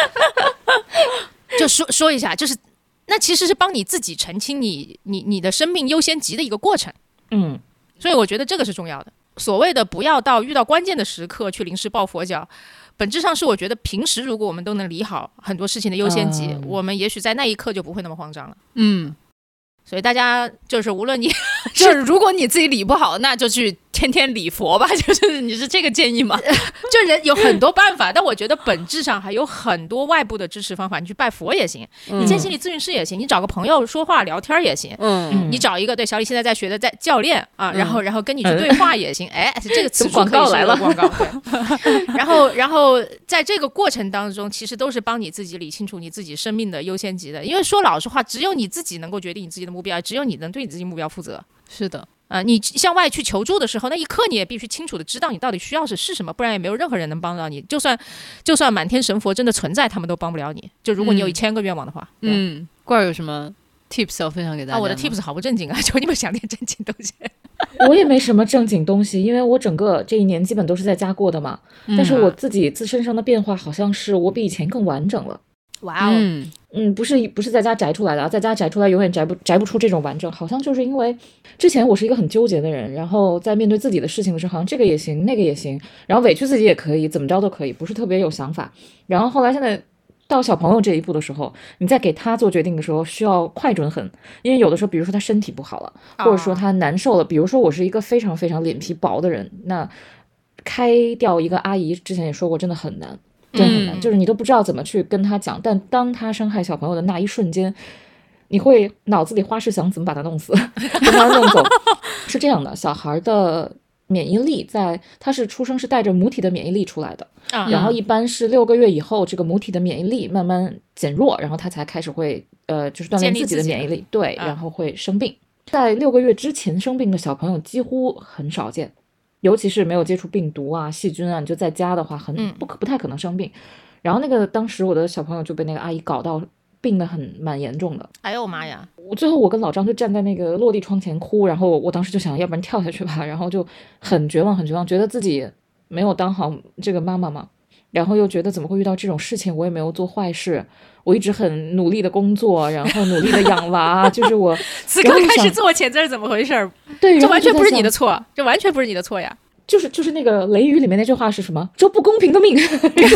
Speaker 2: 就说说一下，就是那其实是帮你自己澄清你你你的生命优先级的一个过程，嗯，所以我觉得这个是重要的。所谓的不要到遇到关键的时刻去临时抱佛脚，本质上是我觉得平时如果我们都能理好很多事情的优先级，嗯、我们也许在那一刻就不会那么慌张了，嗯。所以大家就是无论你
Speaker 1: 就是如果你自己理不好，那就去天天礼佛吧，就是你是这个建议吗？
Speaker 2: 就人有很多办法，但我觉得本质上还有很多外部的支持方法。你去拜佛也行，嗯、你见心理咨询师也行，你找个朋友说话聊天也行，嗯，你找一个对小李现在在学的在教练啊，嗯、然后然后跟你去对话也行。嗯、哎，这个词
Speaker 3: 广告来了，
Speaker 2: 广告对。然后然后在这个过程当中，其实都是帮你自己理清楚你自己生命的优先级的。因为说老实话，只有你自己能够决定你自己的目标，只有你能对你自己目标负责。
Speaker 1: 是的。
Speaker 2: 呃，你向外去求助的时候，那一刻你也必须清楚的知道你到底需要是是什么，不然也没有任何人能帮到你。就算就算满天神佛真的存在，他们都帮不了你。就如果你有一千个愿望的话，
Speaker 1: 嗯，罐儿有什么 tips 要分享给大家？
Speaker 2: 啊，我的 tips 好不正经啊，求你们想点正经东西。
Speaker 3: 我也没什么正经东西，因为我整个这一年基本都是在家过的嘛。嗯、但是我自己自身上的变化，好像是我比以前更完整了。
Speaker 2: 哇哦，
Speaker 3: 嗯嗯，不是不是在家宅出来的，在家宅出来永远宅不宅不出这种完整，好像就是因为之前我是一个很纠结的人，然后在面对自己的事情的时候，好像这个也行，那个也行，然后委屈自己也可以，怎么着都可以，不是特别有想法。然后后来现在到小朋友这一步的时候，你在给他做决定的时候，需要快准狠，因为有的时候，比如说他身体不好了，或者说他难受了，比如说我是一个非常非常脸皮薄的人，那开掉一个阿姨，之前也说过，真的很难。真的很难，就是你都不知道怎么去跟他讲，但当他伤害小朋友的那一瞬间，你会脑子里花式想怎么把他弄死，把他弄走。是这样的，小孩的免疫力在他是出生是带着母体的免疫力出来的，嗯、然后一般是六个月以后，这个母体的免疫力慢慢减弱，然后他才开始会呃就是锻炼自己的免疫力，对，嗯、然后会生病。在六个月之前生病的小朋友几乎很少见。尤其是没有接触病毒啊、细菌啊，你就在家的话，很不可不太可能生病。嗯、然后那个当时我的小朋友就被那个阿姨搞到病得很蛮严重的。
Speaker 2: 哎呦妈呀！
Speaker 3: 我最后我跟老张就站在那个落地窗前哭，然后我当时就想，要不然跳下去吧，然后就很绝望，很绝望，觉得自己没有当好这个妈妈嘛，然后又觉得怎么会遇到这种事情，我也没有做坏事。我一直很努力的工作，然后努力的养娃，就是我
Speaker 2: 此刻开始自我谴责是怎么回事？
Speaker 3: 对，
Speaker 2: 这完全不是你的错，这完全不是你的错呀！
Speaker 3: 就是就是那个《雷雨》里面那句话是什么？这不公平的命！你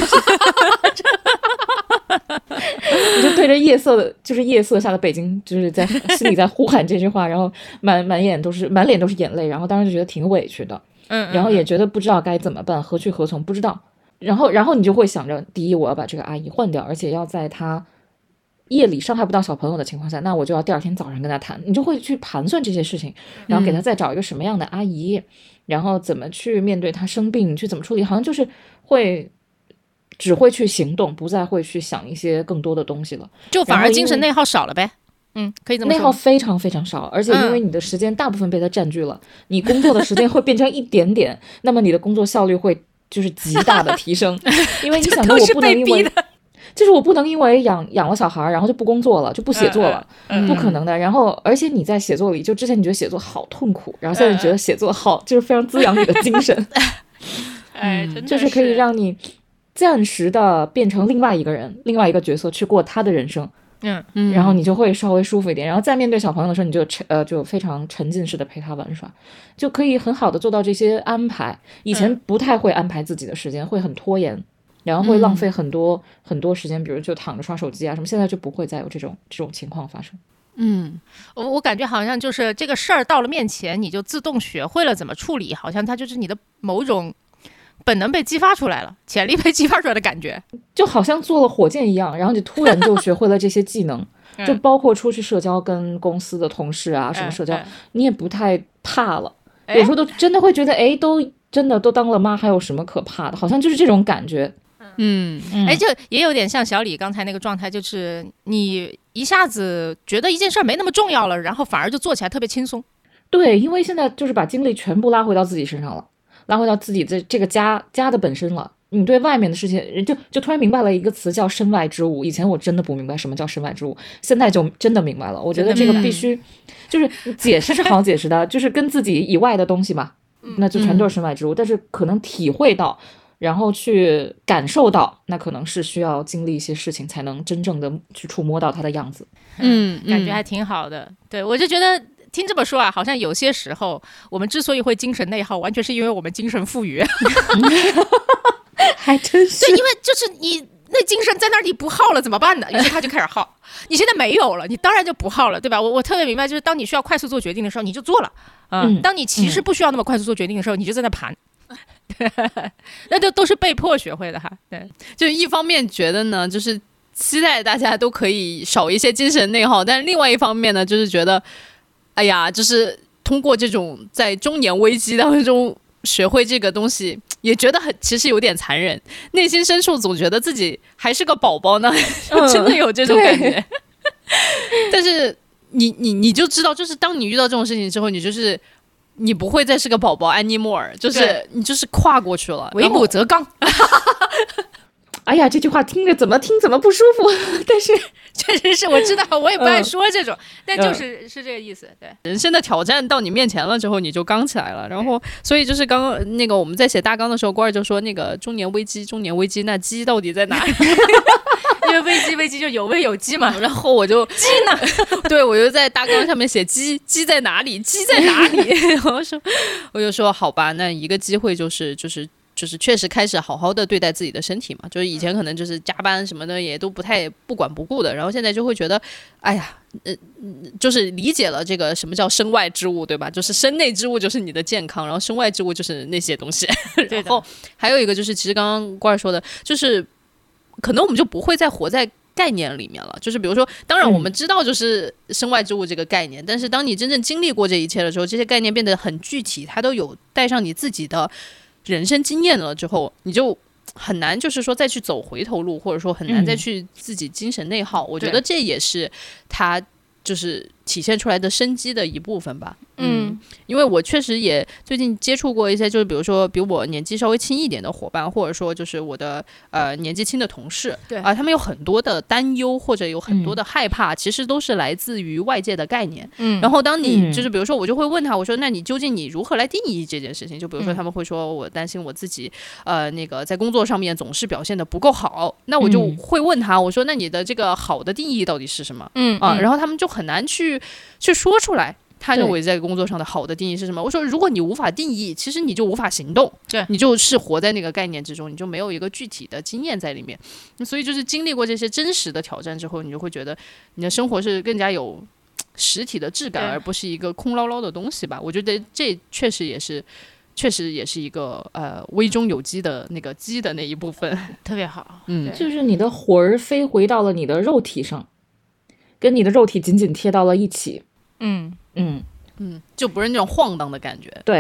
Speaker 3: 就对着夜色的，就是夜色下的北京，就是在心里在呼喊这句话，然后满满眼都是满脸都是眼泪，然后当时就觉得挺委屈的，嗯，然后也觉得不知道该怎么办，何去何从，不知道。然后，然后你就会想着，第一，我要把这个阿姨换掉，而且要在她夜里伤害不到小朋友的情况下，那我就要第二天早上跟她谈。你就会去盘算这些事情，然后给她再找一个什么样的阿姨，嗯、然后怎么去面对她生病，去怎么处理，好像就是会只会去行动，不再会去想一些更多的东西了，
Speaker 2: 就反而精神内耗少了呗。 嗯，可以这么说。
Speaker 3: 内耗非常非常少，而且因为你的时间大部分被它占据了，嗯、你工作的时间会变成一点点，那么你的工作效率会就是极大的提升。因为你想到我不能因为，就是我不能因为养养了小孩，然后就不工作了，就不写作了，
Speaker 2: 嗯、
Speaker 3: 不可能的。然后，而且你在写作里，就之前你觉得写作好痛苦，然后现在你觉得写作好，就是非常滋养你的精神。
Speaker 2: 哎，真的是
Speaker 3: 就是可以让你暂时的变成另外一个人，另外一个角色去过他的人生。
Speaker 2: 嗯
Speaker 3: 嗯，然后你就会稍微舒服一点，然后再面对小朋友的时候，你就沉呃就非常沉浸式的陪他玩耍，就可以很好的做到这些安排。以前不太会安排自己的时间，嗯、会很拖延，然后会浪费很多、嗯、很多时间，比如就躺着刷手机啊什么。现在就不会再有这种这种情况发生。
Speaker 2: 嗯，我我感觉好像就是这个事儿到了面前，你就自动学会了怎么处理，好像它就是你的某种本能被激发出来了，潜力被激发出来的感觉，
Speaker 3: 就好像做了火箭一样，然后你突然就学会了这些技能。就包括出去社交，跟公司的同事啊、嗯、什么社交、嗯、你也不太怕了、嗯、有时候都真的会觉得哎，都真的都当了妈，还有什么可怕的，好像就是这种感觉。
Speaker 2: 嗯，哎，就也有点像小李刚才那个状态，就是你一下子觉得一件事没那么重要了，然后反而就做起来特别轻松。
Speaker 3: 对，因为现在就是把精力全部拉回到自己身上了，拉回到自己的这个家家的本身了。你对外面的事情就就突然明白了一个词叫身外之物，以前我真的不明白什么叫身外之物，现在就真的明白了。我觉得这个必须就是解释是好解释的，就是跟自己以外的东西嘛，那就全都是身外之物、嗯、但是可能体会到然后去感受到，那可能是需要经历一些事情才能真正的去触摸到它的样子。
Speaker 2: 嗯，感觉还挺好的。对，我就觉得听这么说啊，好像有些时候我们之所以会精神内耗，完全是因为我们精神富裕。
Speaker 3: 还真是，
Speaker 2: 对，因为就是你那精神在那儿，你不耗了怎么办呢？于是他就开始耗。你现在没有了，你当然就不耗了，对吧？我我特别明白，就是当你需要快速做决定的时候，你就做了啊、呃嗯。当你其实不需要那么快速做决定的时候，嗯、你就在那盘。那就都是被迫学会的哈。对，
Speaker 1: 就一方面觉得呢，就是期待大家都可以少一些精神内耗，但是另外一方面呢，就是觉得，哎呀，就是通过这种在中年危机当中学会这个东西。也觉得很，其实有点残忍，内心深处总觉得自己还是个宝宝呢，嗯、真的有这种感觉。但是你你你就知道，就是当你遇到这种事情之后，你就是你不会再是个宝宝 anymore， 就是你就是跨过去了，
Speaker 2: 为母则刚。
Speaker 3: 哎呀，这句话听着怎么听怎么不舒服，但是
Speaker 2: 确实是我知道，我也不爱说这种，嗯、但就是、嗯、是这个意思。对，
Speaker 1: 人生的挑战到你面前了之后，你就刚起来了。然后，所以就是刚刚那个我们在写大纲的时候，郭儿就说那个中年危机，中年危机，那鸡到底在哪里？
Speaker 2: 因为危机危机就有危有机嘛。
Speaker 1: 然后我就
Speaker 2: 鸡呢？
Speaker 1: 对，我就在大纲上面写鸡，鸡在哪里？鸡在哪里？然后说，我就说好吧，那一个机会就是就是。就是确实开始好好的对待自己的身体嘛，就是以前可能就是加班什么的也都不太不管不顾的，然后现在就会觉得，哎呀，呃，就是理解了这个什么叫身外之物，对吧？就是身内之物就是你的健康，然后身外之物就是那些东西。然后还有一个就是，其实刚刚郭儿说的，就是可能我们就不会再活在概念里面了。就是比如说，当然我们知道就是身外之物这个概念，嗯、但是当你真正经历过这一切的时候，这些概念变得很具体，它都有带上你自己的人生经验了之后，你就很难就是说再去走回头路，或者说很难再去自己精神内耗、嗯、我觉得这也是他就是体现出来的生机的一部分吧。嗯，因为我确实也最近接触过一些，就是比如说比我年纪稍微轻一点的伙伴，或者说就是我的呃年纪轻的同事，对啊、呃，他们有很多的担忧或者有很多的害怕、嗯、其实都是来自于外界的概念。嗯，然后当你就是比如说我就会问他，我说那你究竟你如何来定义这件事情？就比如说他们会说我担心我自己呃那个在工作上面总是表现得不够好，那我就会问他，我说那你的这个好的定义到底是什么？嗯啊，然后他们就很难去去说出来。他认为在工作上的好的定义是什么？我说，如果你无法定义，其实你就无法行动，对，你就是活在那个概念之中，你就没有一个具体的经验在里面。所以就是经历过这些真实的挑战之后，你就会觉得你的生活是更加有实体的质感，而不是一个空落落的东西吧。我觉得这确实也是，确实也是一个呃危中有机的那个机的那一部分，
Speaker 2: 特别好。
Speaker 3: 嗯，就是你的魂儿飞回到了你的肉体上，跟你的肉体紧紧贴到了一起。
Speaker 2: 嗯。
Speaker 3: 嗯
Speaker 1: 嗯，就不是那种晃荡的感觉。
Speaker 3: 对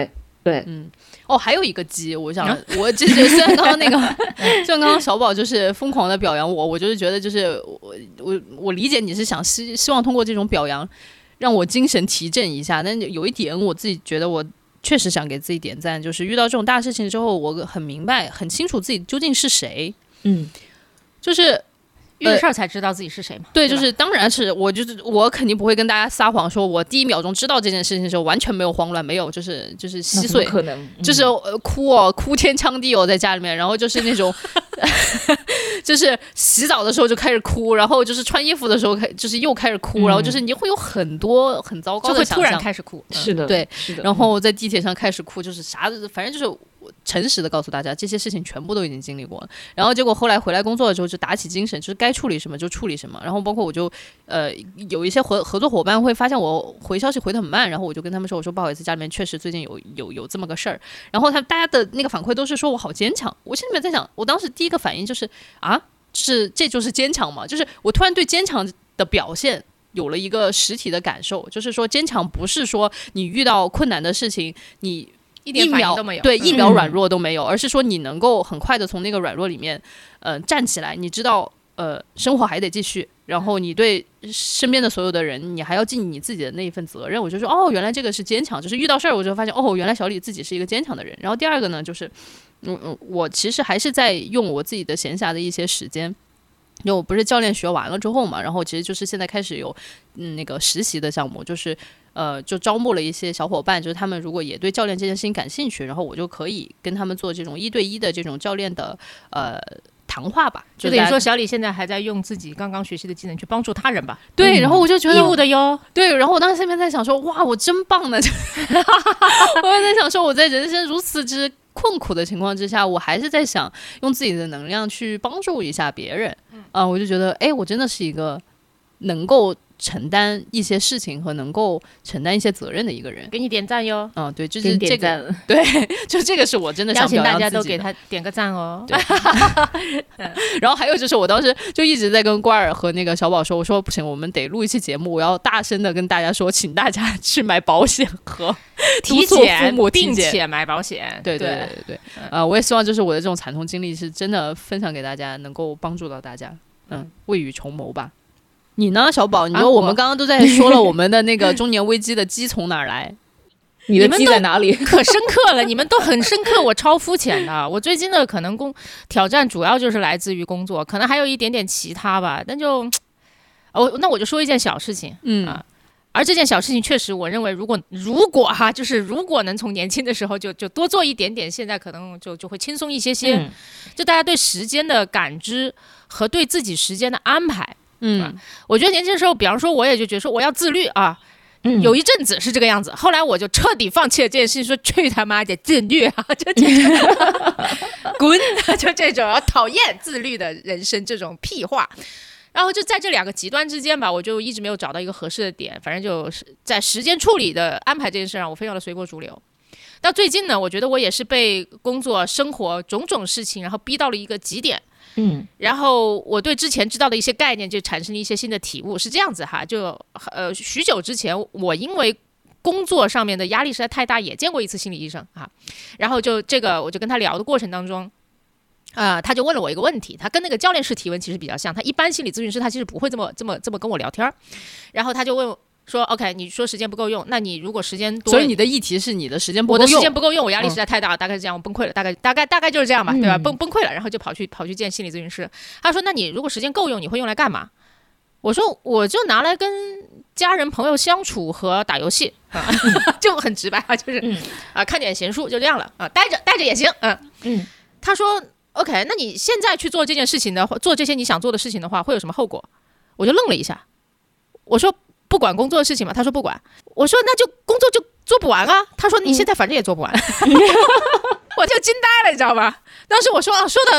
Speaker 3: 对，
Speaker 1: 嗯，哦，还有一个鸡，我想，嗯、我就是虽然刚刚那个，虽然刚刚小宝就是疯狂的表扬我，我就是觉得就是我我我理解你是想希希望通过这种表扬让我精神提振一下，但有一点我自己觉得我确实想给自己点赞，就是遇到这种大事情之后，我很明白、很清楚自己究竟是谁，
Speaker 3: 嗯，
Speaker 1: 就是。
Speaker 2: 遇的事儿才知道自己是谁嘛、呃？
Speaker 1: 对，就是当然是我，就是我肯定不会跟大家撒谎，说我第一秒钟知道这件事情的时候完全没有慌乱，没有，就是就是稀碎，
Speaker 3: 可能、嗯、
Speaker 1: 就是呃哭哦，哭天抢地哦，在家里面，然后就是那种，就是洗澡的时候就开始哭，然后就是穿衣服的时候开，就是又开始哭，嗯、然后就是你会有很多很糟糕的想象，
Speaker 2: 就会突然开始哭，
Speaker 3: 嗯、是的，
Speaker 1: 对，
Speaker 3: 是的，
Speaker 1: 然后在地铁上开始哭，就是啥的，反正就是。诚实的告诉大家，这些事情全部都已经经历过了。然后结果后来回来工作的时候，就打起精神，就是该处理什么就处理什么。然后包括我就呃有一些合合作伙伴会发现我回消息回得很慢，然后我就跟他们说，我说不好意思，家里面确实最近有有有这么个事儿。然后他大家的那个反馈都是说我好坚强。我心里面在想，我当时第一个反应就是啊，就是这就是坚强嘛，就是我突然对坚强的表现有了一个实体的感受，就是说坚强不是说你遇到困难的事情你。
Speaker 2: 一点反应都没有，
Speaker 1: 对，一秒软弱都没有，嗯、而是说你能够很快的从那个软弱里面，呃，站起来。你知道，呃，生活还得继续，然后你对身边的所有的人，你还要尽你自己的那一份责任。我就说，哦，原来这个是坚强，就是遇到事儿，我就发现，哦，原来小李自己是一个坚强的人。然后第二个呢，就是，嗯嗯，我其实还是在用我自己的闲暇的一些时间。因为我不是教练学完了之后嘛，然后其实就是现在开始有嗯那个实习的项目，就是呃就招募了一些小伙伴，就是他们如果也对教练这件事情感兴趣，然后我就可以跟他们做这种一对一的这种教练的呃谈话吧。
Speaker 2: 就等于说小李现在还在用自己刚刚学习的技能去帮助他人吧？
Speaker 1: 对，嗯、然后我就觉得
Speaker 2: 义务的哟。
Speaker 1: 对，然后我当时现在在想说，哇，我真棒呢！我在想说，我在人生如此之困苦的情况之下，我还是在想用自己的能量去帮助一下别人。嗯、呃，我就觉得，哎，我真的是一个能够承担一些事情和能够承担一些责任的一个人。
Speaker 2: 给你点赞哟。
Speaker 1: 嗯，对，就是这个，对，就这个是我真的想表扬自己的。
Speaker 2: 邀请大家都给他点个赞哦。
Speaker 1: 对。然后还有就是，我当时就一直在跟瓜尔和那个小宝说，我说不行，我们得录一期节目，我要大声的跟大家说，请大家去买保险和
Speaker 2: 体检，并且买保险。
Speaker 1: 对对对对对。呃，我也希望就是我的这种惨痛经历是真的分享给大家，能够帮助到大家。嗯，未雨绸缪吧。你呢，小宝？你说我们刚刚都在说了我们的那个中年危机的鸡从哪儿来？
Speaker 3: 你的鸡在哪里？
Speaker 2: 可深刻了，你们都很深刻，我超肤浅的。我最近的可能工挑战主要就是来自于工作，可能还有一点点其他吧。但就，哦，那我就说一件小事情，嗯啊，而这件小事情确实，我认为如果如果哈，就是如果能从年轻的时候就就多做一点点，现在可能就就会轻松一些些。嗯、就大家对时间的感知和对自己时间的安排。嗯、啊，我觉得年轻的时候，比方说，我也就觉得说我要自律啊，嗯、有一阵子是这个样子，后来我就彻底放弃了这件事情，说去他妈的自律啊，就这种滚，就这种讨厌自律的人生这种屁话。然后就在这两个极端之间吧，我就一直没有找到一个合适的点，反正就是在时间处理的安排这件事上，我非常的随波逐流。到最近呢，我觉得我也是被工作、生活种种事情，然后逼到了一个极点。嗯，然后我对之前知道的一些概念就产生了一些新的体悟，是这样子哈，就呃许久之前，我因为工作上面的压力实在太大，也见过一次心理医生啊，然后就这个我就跟他聊的过程当中，啊、呃，他就问了我一个问题，他跟那个教练式提问其实比较像，他一般心理咨询师他其实不会这么这么这么跟我聊天，然后他就问。说 OK， 你说时间不够用，那你如果时间多，
Speaker 1: 所以你的议题是你的时间不够用，
Speaker 2: 我的时间不够用，我压力实在太大了，嗯、大概是这样，我崩溃了，大概大概大概就是这样吧，对吧？崩崩溃了，然后就跑去跑去见心理咨询师。他说：“那你如果时间够用，你会用来干嘛？”我说：“我就拿来跟家人朋友相处和打游戏，啊、就很直白啊，就是、嗯、啊看点闲书就这样了啊，待着待着也行，嗯嗯。”他说 ：“OK， 那你现在去做这件事情的话，做这些你想做的事情的话，会有什么后果？”我就愣了一下，我说。不管工作的事情嘛，他说不管。我说那就工作就做不完啊。他说你现在反正也做不完，嗯、我就惊呆了，你知道吧？当时我说啊，说的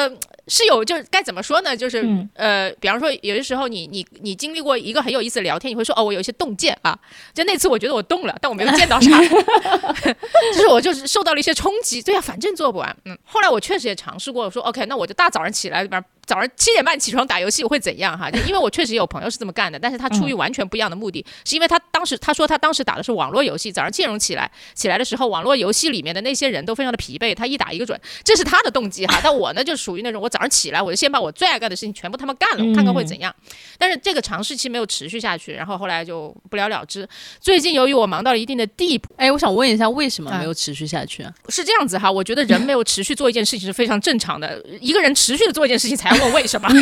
Speaker 2: 是有，就是该怎么说呢？就是、
Speaker 3: 嗯、
Speaker 2: 呃，比方说有些时候你你你经历过一个很有意思的聊天，你会说哦，我有一些洞见啊。就那次我觉得我动了，但我没有见到啥，就是我就是受到了一些冲击。对啊，反正做不完。嗯，后来我确实也尝试过，我说 OK， 那我就大早上起来，比方早上七点半起床打游戏会怎样哈？就因为我确实有朋友是这么干的，但是他出于完全不一样的目的，嗯、是因为他当时他说他当时打的是网络游戏，早上七点钟起来起来的时候，网络游戏里面的那些人都非常的疲惫，他一打一个准，这是他的动机哈。但我呢就属于那种我早上起来我就先把我最爱干的事情全部他们干了，我看看会怎样。嗯、但是这个尝试期没有持续下去，然后后来就不了了之。最近由于我忙到了一定的地步，
Speaker 1: 哎，我想问一下，为什么没有持续下去啊？
Speaker 2: 是这样子哈，我觉得人没有持续做一件事情是非常正常的，一个人持续的做一件事情才要问为什么。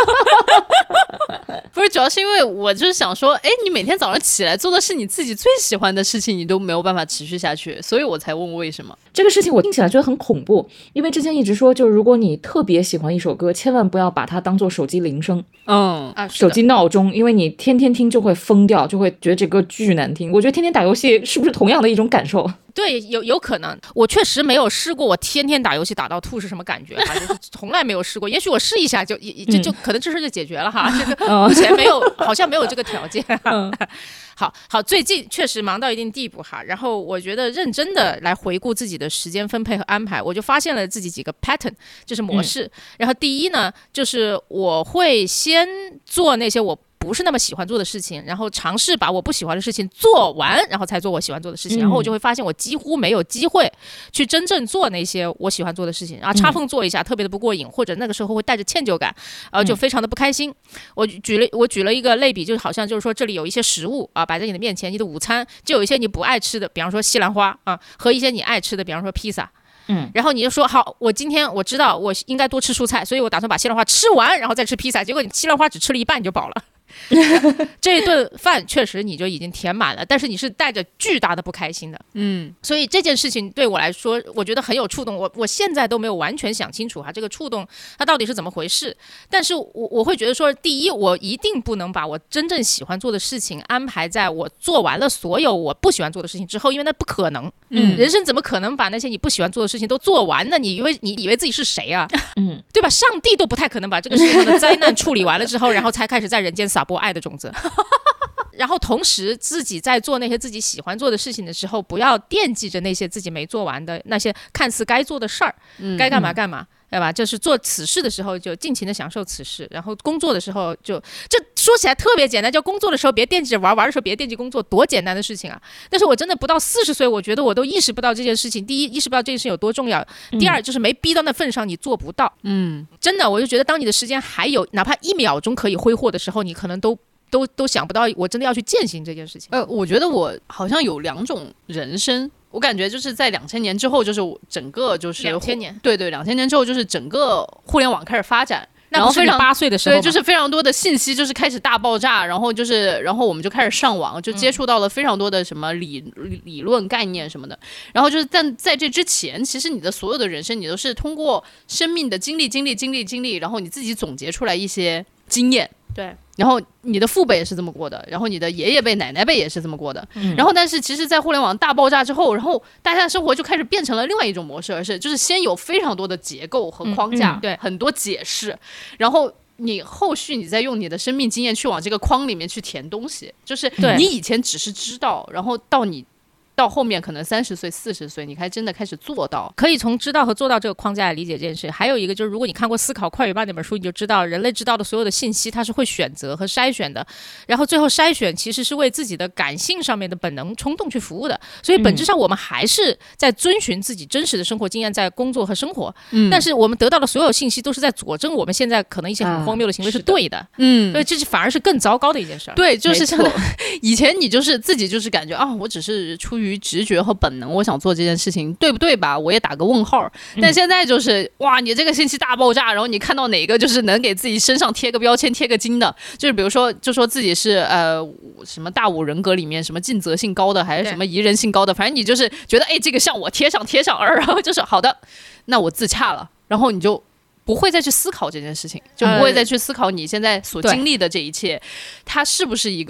Speaker 1: 不是，主要是因为我就是想说，哎，你每天早上起来做的是你自己最喜欢的事情，你都没有办法持续下去，所以我才问为什么。
Speaker 3: 这个事情我听起来觉得很恐怖，因为之前一直说，就是如果你特别喜欢一首歌，千万不要把它当做手机铃声，
Speaker 1: 嗯
Speaker 2: 啊，
Speaker 3: 手机闹钟，因为你天天听就会疯掉，就会觉得这歌巨难听。我觉得天天打游戏是不是同样的一种感受？
Speaker 2: 对，有有可能，我确实没有试过，我天天打游戏打到吐是什么感觉哈，就是从来没有试过。也许我试一下就就就可能这事就解决了哈，这个目前没有，好像没有这个条件。
Speaker 3: 嗯、
Speaker 2: 好好，最近确实忙到一定地步哈，然后我觉得认真的来回顾自己的时间分配和安排，我就发现了自己几个 pattern， 就是模式。嗯、然后第一呢，就是我会先做那些我不是那么喜欢做的事情，然后尝试把我不喜欢的事情做完，然后才做我喜欢做的事情，然后我就会发现我几乎没有机会去真正做那些我喜欢做的事情，然后插缝做一下特别的不过瘾，或者那个时候会带着歉疚感，然后就非常的不开心。我举了我举了一个类比，就是好像就是说这里有一些食物啊摆在你的面前，你的午餐就有一些你不爱吃的，比方说西兰花啊，和一些你爱吃的，比方说披萨。
Speaker 3: 嗯，
Speaker 2: 然后你就说好，我今天我知道我应该多吃蔬菜，所以我打算把西兰花吃完，然后再吃披萨。结果你西兰花只吃了一半你就饱了。这一顿饭确实你就已经填满了，但是你是带着巨大的不开心的。
Speaker 1: 嗯，
Speaker 2: 所以这件事情对我来说我觉得很有触动，我我现在都没有完全想清楚哈，这个触动它到底是怎么回事。但是我我会觉得说，第一，我一定不能把我真正喜欢做的事情安排在我做完了所有我不喜欢做的事情之后，因为那不可能。嗯，人生怎么可能把那些你不喜欢做的事情都做完呢？你以为你以为自己是谁啊？嗯，对吧？上帝都不太可能把这个世界上的灾难处理完了之后，然后才开始在人间撒播爱的种子。然后同时自己在做那些自己喜欢做的事情的时候，不要惦记着那些自己没做完的那些看似该做的事儿，嗯、该干嘛干嘛，对吧？就是做此事的时候就尽情的享受此事，然后工作的时候就这说起来特别简单，就工作的时候别惦记着玩，玩的时候别惦记工作，多简单的事情啊！但是我真的不到四十岁，我觉得我都意识不到这件事情。第一，意识不到这件事情有多重要；第二，就是没逼到那份上，你做不到。嗯，真的，我就觉得当你的时间还有哪怕一秒钟可以挥霍的时候，你可能都。都都想不到我真的要去践行这件事情。
Speaker 1: 呃，我觉得我好像有两种人生，我感觉就是在两千年之后，就是整个就是
Speaker 2: 两千年，
Speaker 1: 对对，两千年之后就是整个互联网开始发展。
Speaker 2: 那不是你八岁的时候，
Speaker 1: 对，就是非常多的信息就是开始大爆炸，然后就是然后我们就开始上网，就接触到了非常多的什么理、嗯、理论概念什么的。然后就是但在这之前，其实你的所有的人生，你都是通过生命的经历、经历、经历、经历，然后你自己总结出来一些经验。
Speaker 2: 对，
Speaker 1: 然后你的父辈也是这么过的，然后你的爷爷辈、奶奶辈也是这么过的。嗯、然后，但是其实，在互联网大爆炸之后，然后大家的生活就开始变成了另外一种模式，而是就是先有非常多的结构和框架，
Speaker 2: 嗯嗯、对，
Speaker 1: 很多解释，然后你后续你再用你的生命经验去往这个框里面去填东西，就是你以前只是知道，然后到你。到后面可能三十岁、四十岁，你还真的开始做到，
Speaker 2: 可以从知道和做到这个框架来理解这件事。还有一个就是，如果你看过《思考快与慢》那本书，你就知道人类知道的所有的信息，它是会选择和筛选的，然后最后筛选其实是为自己的感性上面的本能冲动去服务的。所以本质上我们还是在遵循自己真实的生活经验，在工作和生活。嗯，但是我们得到的所有信息都是在佐证我们现在可能一些很荒谬的行为是对的。啊、的嗯，所以这是反而是更糟糕的一件事。
Speaker 1: 对，就是像以前你就是自己就是感觉啊，我只是出于直觉和本能，我想做这件事情，对不对吧？我也打个问号。但现在就是、嗯、哇，你这个信息大爆炸，然后你看到哪个就是能给自己身上贴个标签、贴个金的，就是比如说，就说自己是呃什么大五人格里面什么尽责性高的，还是什么宜人性高的，反正你就是觉得哎，这个像我贴上贴上，然后就是好的，那我自洽了，然后你就。不会再去思考这件事情，就不会再去思考你现在所经历的这一切，呃、它是不是一个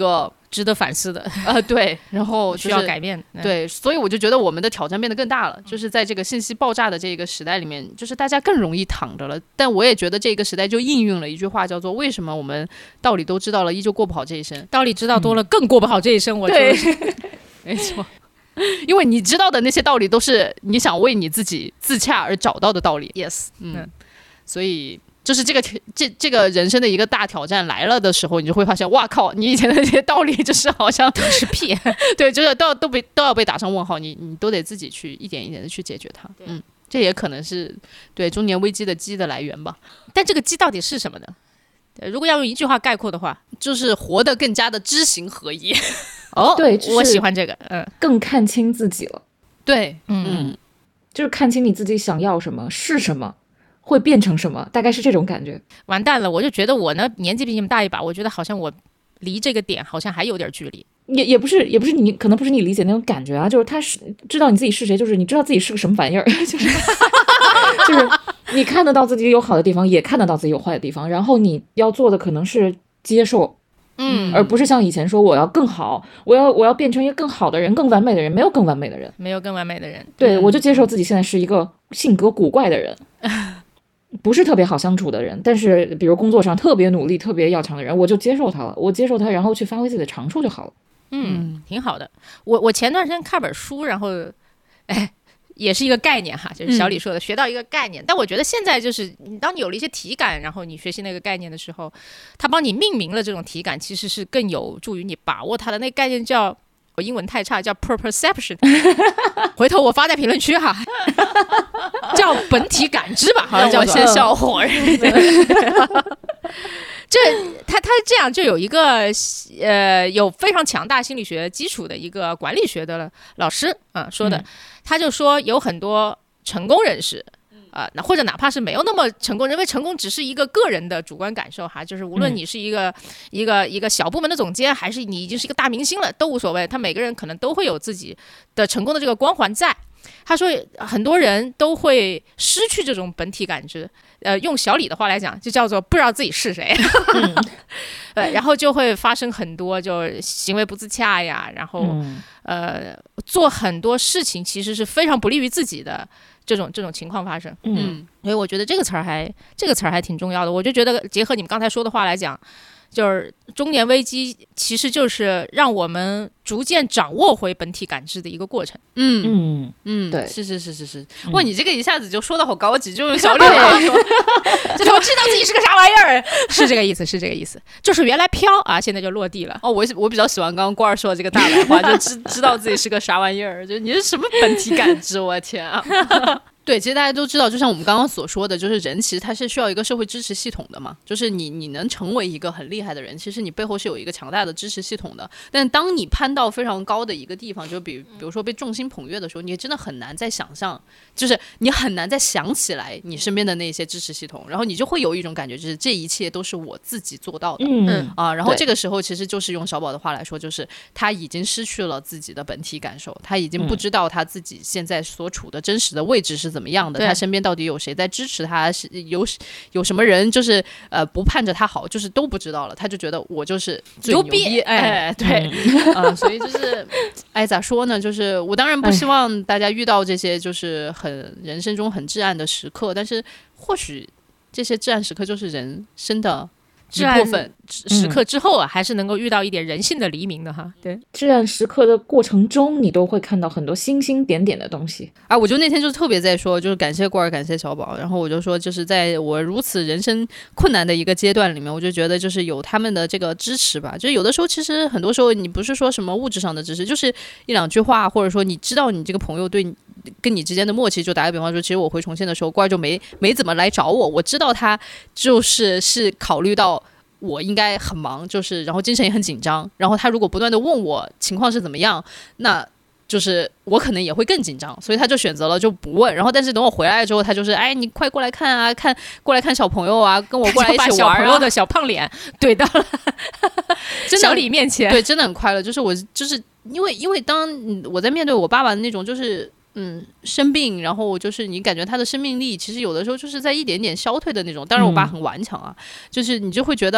Speaker 2: 值得反思的
Speaker 1: 呃，对，然后、就是、
Speaker 2: 需要改变。
Speaker 1: 对，所以我就觉得我们的挑战变得更大了，就是在这个信息爆炸的这个时代里面，就是大家更容易躺着了。但我也觉得这个时代就应用了一句话，叫做为什么我们道理都知道了，依旧过不好这一生？
Speaker 2: 道理知道多了，更过不好这一生。嗯、我觉得
Speaker 1: 对，没错。因为你知道的那些道理都是你想为你自己自洽而找到的道理。
Speaker 2: Yes，
Speaker 1: 嗯，嗯所以就是这个这这个人生的一个大挑战来了的时候，你就会发现，哇靠，你以前的那些道理就是好像
Speaker 2: 都是屁，
Speaker 1: 对，就是都要都被都要被打上问号，你你都得自己去一点一点的去解决它。嗯，这也可能是对中年危机的机的来源吧。
Speaker 2: 但这个机到底是什么呢？如果要用一句话概括的话，
Speaker 1: 就是活得更加的知行合一。
Speaker 2: 哦，
Speaker 3: 对，就是、
Speaker 2: 我喜欢这个，嗯，
Speaker 3: 更看清自己了。
Speaker 1: 对，
Speaker 2: 嗯，
Speaker 1: 嗯
Speaker 3: 就是看清你自己想要什么，是什么，会变成什么，大概是这种感觉。
Speaker 2: 完蛋了，我就觉得我呢年纪比你们大一把，我觉得好像我离这个点好像还有点距离。
Speaker 3: 也也不是，也不是你，可能不是你理解那种感觉啊，就是他是知道你自己是谁，就是你知道自己是个什么玩意儿，就是就是你看得到自己有好的地方，也看得到自己有坏的地方，然后你要做的可能是接受。
Speaker 2: 嗯，
Speaker 3: 而不是像以前说我要更好，我要我要变成一个更好的人，更完美的人。没有更完美的人，
Speaker 2: 没有更完美的人。
Speaker 3: 对、嗯、我就接受自己现在是一个性格古怪的人，不是特别好相处的人，但是比如工作上特别努力特别要强的人，我就接受他了，我接受他，然后去发挥自己的长处就好了。
Speaker 2: 嗯，挺好的。我我前段时间看本书，然后哎也是一个概念哈，就是小李说的、嗯、学到一个概念。但我觉得现在就是你当你有了一些体感，然后你学习那个概念的时候，他帮你命名了这种体感，其实是更有助于你把握它的。那个概念叫，我英文太差，叫 perception 回头我发在评论区哈叫本体感知吧，好像叫
Speaker 1: 我先笑会儿
Speaker 2: 这他他这样就有一个呃有非常强大心理学基础的一个管理学的老师啊、呃、说的、嗯，他就说有很多成功人士啊，那、呃、或者哪怕是没有那么成功，因为成功只是一个个人的主观感受哈，就是无论你是一个、嗯、一个一个小部门的总监，还是你已经是一个大明星了，都无所谓，他每个人可能都会有自己的成功的这个光环在。他说很多人都会失去这种本体感知，呃，用小李的话来讲就叫做不知道自己是谁、嗯呃、然后就会发生很多就行为不自洽呀，然后、嗯、呃，做很多事情其实是非常不利于自己的这种这种情况发生。嗯，所以我觉得这个词儿还这个词儿还挺重要的。我就觉得结合你们刚才说的话来讲，就是中年危机其实就是让我们逐渐掌握回本体感知的一个过程。
Speaker 1: 嗯
Speaker 3: 嗯
Speaker 1: 嗯，
Speaker 3: 对，
Speaker 1: 是是是是是。哇，你这个一下子就说的好高级，就用小李的话说，
Speaker 2: 就是我知道自己是个啥玩意儿，是这个意思，是这个意思，就是原来飘啊，现在就落地了。
Speaker 1: 哦，我我比较喜欢刚刚郭儿说的这个大白话，就知知道自己是个啥玩意儿，就你是什么本体感知，我天啊！对，其实大家都知道，就像我们刚刚所说的，就是人其实他是需要一个社会支持系统的嘛，就是你你能成为一个很厉害的人，其实你背后是有一个强大的支持系统的。但当你攀到非常高的一个地方，就比比如说被众星捧月的时候，你真的很难再想象，就是你很难再想起来你身边的那些支持系统，然后你就会有一种感觉，就是这一切都是我自己做到的。
Speaker 3: 嗯
Speaker 1: 啊，然后这个时候其实就是用小宝的话来说，就是他已经失去了自己的本体感受，他已经不知道他自己现在所处的真实的位置是怎么样的，他身边到底有谁在支持他，有有什么人就是呃不盼着他好，就是都不知道了，他就觉得我就是最牛逼，哎，对，啊、呃，所以就是哎咋说呢，就是我当然不希望大家遇到这些就是很人生中很至暗的时刻，但是或许这些至暗时刻就是人生的一部分
Speaker 2: 时刻之后啊、嗯，还是能够遇到一点人性的黎明的哈。对，
Speaker 3: 至暗时刻的过程中，你都会看到很多星星点点的东西。
Speaker 1: 啊，我就那天就特别在说，就是感谢过儿，感谢小宝，然后我就说，就是在我如此人生困难的一个阶段里面，我就觉得就是有他们的这个支持吧。就是有的时候，其实很多时候你不是说什么物质上的支持，就是一两句话，或者说你知道你这个朋友对你跟你之间的默契。就打个比方说，其实我回重庆的时候，过儿就没没怎么来找我，我知道他就是是考虑到我应该很忙，就是然后精神也很紧张，然后他如果不断的问我情况是怎么样，那就是我可能也会更紧张，所以他就选择了就不问。然后但是等我回来之后，他就是哎你快过来看啊，看过来看小朋友啊，跟我过来一起玩啊，
Speaker 2: 把小朋友的小胖脸怼到了小李面前，
Speaker 1: 对，真的很快乐。就是我就是因为因为当我在面对我爸爸的那种就是嗯，生病，然后就是你感觉他的生命力其实有的时候就是在一点点消退的那种。当然我爸很顽强啊、嗯、就是你就会觉得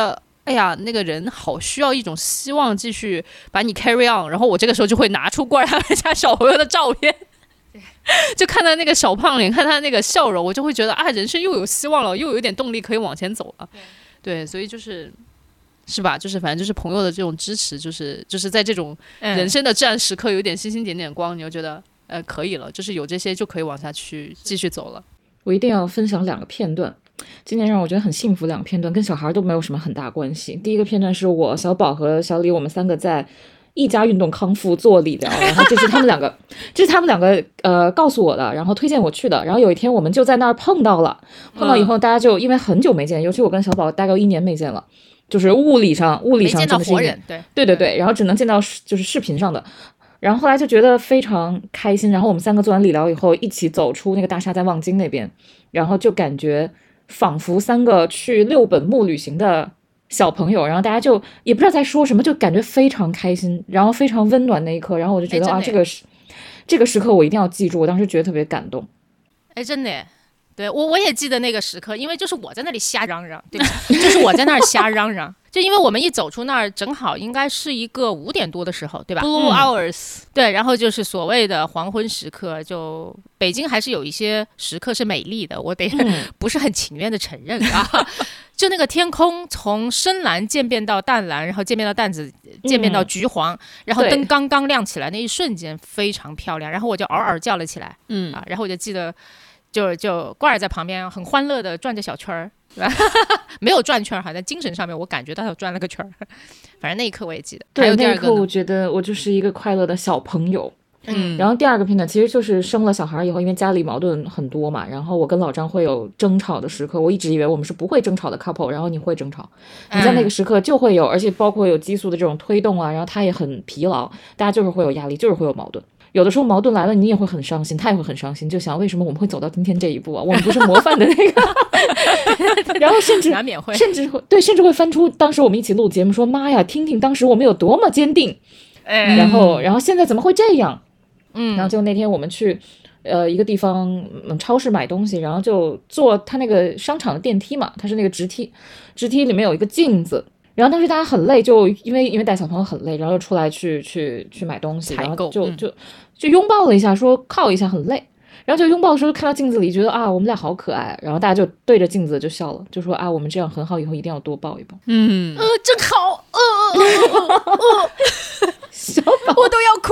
Speaker 1: 哎呀，那个人好需要一种希望继续把你 carry on， 然后我这个时候就会拿出罐他们家小朋友的照片，就看他那个小胖脸，看他那个笑容，我就会觉得啊，人生又有希望了，又有点动力可以往前走了。对，所以就是是吧？就是反正就是朋友的这种支持，就是就是在这种人生的至暗时刻，有点星星点点光，你就觉得呃可以了，就是有这些就可以往下去继续走了。
Speaker 3: 我一定要分享两个片段。今年让我觉得很幸福，两个片段跟小孩都没有什么很大关系。第一个片段是我小宝和小李我们三个在一家运动康复做理疗，然后这是他们两个这是他们两个呃告诉我的，然后推荐我去的。然后有一天我们就在那儿碰到了，碰到以后大家就因为很久没见，尤其我跟小宝大概有一年没见了，就是物理上物理上真的是
Speaker 2: 没见到活人，对
Speaker 3: 对对对，然后只能见到就是视频上的。然后后来就觉得非常开心，然后我们三个做完理疗以后一起走出那个大厦，在望京那边，然后就感觉仿佛三个去六本木旅行的小朋友，然后大家就也不知道在说什么，就感觉非常开心，然后非常温暖那一刻，然后我就觉得啊，这个是这个时刻我一定要记住，我当时觉得特别感动。
Speaker 2: 哎，真的，对我我也记得那个时刻，因为就是我在那里瞎嚷嚷，对吧？就是我在那儿瞎嚷嚷。就因为我们一走出那儿，正好应该是一个五点多的时候，对吧
Speaker 1: ？Blue hours，、
Speaker 2: 嗯、对，然后就是所谓的黄昏时刻。就北京还是有一些时刻是美丽的，我得、嗯、不是很情愿的承认啊。就那个天空从深蓝渐变到淡蓝，然后渐变到淡紫，渐变到橘黄，嗯、然后灯刚刚亮起来那一瞬间非常漂亮，然后我就嗷嗷叫了起来，嗯啊，然后我就记得。就就罐儿在旁边很欢乐的转着小圈儿，没有转圈儿，好像精神上面我感觉到他转了个圈儿。反正那一刻我也记得。
Speaker 3: 对，
Speaker 2: 还有第二个
Speaker 3: 那一刻我觉得我就是一个快乐的小朋友。嗯，然后第二个片段其实就是生了小孩以后，因为家里矛盾很多嘛，然后我跟老张会有争吵的时刻。我一直以为我们是不会争吵的 couple， 然后你会争吵，你在那个时刻就会有，而且包括有激素的这种推动啊，然后他也很疲劳，大家就是会有压力，就是会有矛盾。有的时候矛盾来了，你也会很伤心，他也会很伤心，就想为什么我们会走到今天这一步啊？我们不是模范的那个，然后甚至
Speaker 2: 难免会，
Speaker 3: 甚至会对，甚至会翻出当时我们一起录节目，说妈呀，听听当时我们有多么坚定，
Speaker 2: 哎、
Speaker 3: 然后然后现在怎么会这样？
Speaker 2: 嗯，
Speaker 3: 然后就那天我们去呃一个地方、嗯、超市买东西，然后就坐他那个商场的电梯嘛，它是那个直梯，直梯里面有一个镜子。然后当时大家很累，就因为因为带小朋友很累，然后就出来去去去买东西，然后就就就拥抱了一下，说靠一下很累，然后就拥抱的时候看到镜子里，觉得啊我们俩好可爱，然后大家就对着镜子就笑了，就说啊我们这样很好，以后一定要多抱一抱。
Speaker 2: 嗯，呃，真好，呃呃呃呃呃，
Speaker 3: 小宝
Speaker 2: 我都要哭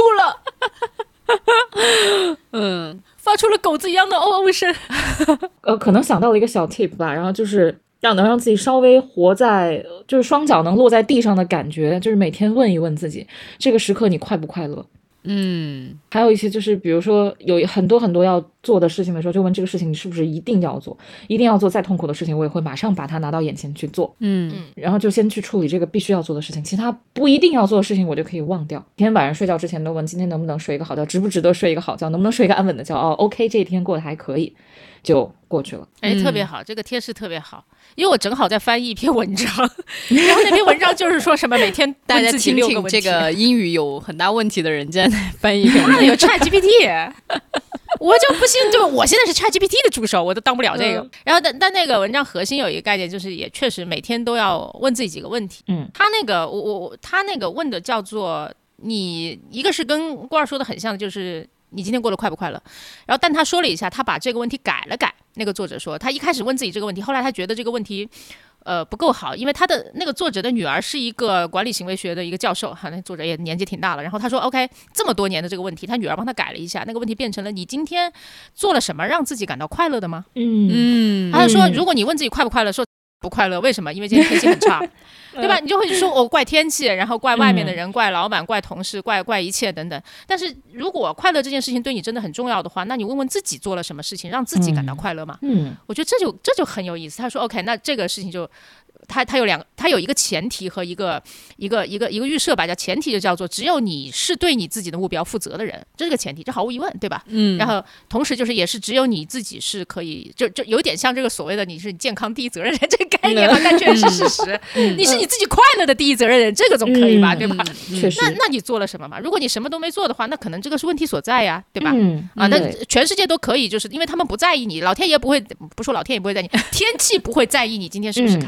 Speaker 2: 了，嗯，发出了狗子一样的哦哦声。
Speaker 3: 呃，可能想到了一个小 tip 吧，然后就是让能让自己稍微活在，就是双脚能落在地上的感觉，就是每天问一问自己，这个时刻你快不快乐？
Speaker 1: 嗯，
Speaker 3: 还有一些就是比如说有很多很多要做的事情的时候，就问这个事情你是不是一定要做，一定要做，再痛苦的事情我也会马上把它拿到眼前去做。
Speaker 1: 嗯，
Speaker 3: 然后就先去处理这个必须要做的事情，其他不一定要做的事情我就可以忘掉。今天晚上睡觉之前都问今天能不能睡一个好觉，值不值得睡一个好觉，能不能睡一个安稳的觉。哦 OK， 这一天过得还可以，就过去了。
Speaker 2: 哎，特别好，这个贴士特别好，因为我正好在翻译一篇文章，然后那篇文章就是说什么每天
Speaker 1: 大家听听这个英语有很大问题的人在翻译一篇文章，
Speaker 2: 有 ChatGPT， 我就不信，就我现在是 ChatGPT 的助手，我都当不了这个。嗯、然后但但那个文章核心有一个概念，就是也确实每天都要问自己几个问题。
Speaker 3: 嗯，
Speaker 2: 他那个我我他那个问的叫做你一个是跟郭二说的很像的，就是你今天过得快不快乐？然后但他说了一下，他把这个问题改了改。那个作者说，他一开始问自己这个问题，后来他觉得这个问题，呃，不够好，因为他的那个作者的女儿是一个管理行为学的一个教授，哈，那作者也年纪挺大了。然后他说 ，OK， 这么多年的这个问题，他女儿帮他改了一下，那个问题变成了你今天做了什么让自己感到快乐的吗？
Speaker 3: 嗯嗯，
Speaker 2: 他说，如果你问自己快不快乐，说不快乐，为什么？因为今天天气很差。对吧？你就会说我、哦、怪天气，然后怪外面的人、嗯、怪老板、怪同事、怪怪一切等等。但是如果快乐这件事情对你真的很重要的话，那你问问自己做了什么事情让自己感到快乐吗？
Speaker 3: 嗯，
Speaker 2: 我觉得这就这就很有意思。他说 OK， 那这个事情就他他有两个，他有一个前提和一个一个一个一个预设吧，叫前提就叫做只有你是对你自己的目标负责的人，这是个前提，这毫无疑问，对吧？
Speaker 1: 嗯。
Speaker 2: 然后同时就是也是只有你自己是可以，就就有点像这个所谓的你是健康第一责任人这个概念吧，但确实是事实。嗯、你是你自己快乐的第一责任人，这个总可以吧，
Speaker 3: 嗯、
Speaker 2: 对吧？
Speaker 3: 嗯、确实。
Speaker 2: 那那你做了什么嘛？如果你什么都没做的话，那可能这个是问题所在呀，对吧？
Speaker 3: 嗯、
Speaker 2: 啊，那全世界都可以，就是因为他们不在意你，老天爷不会，不说老天爷不会在意你，天气不会在意你今天是不是开心，嗯、他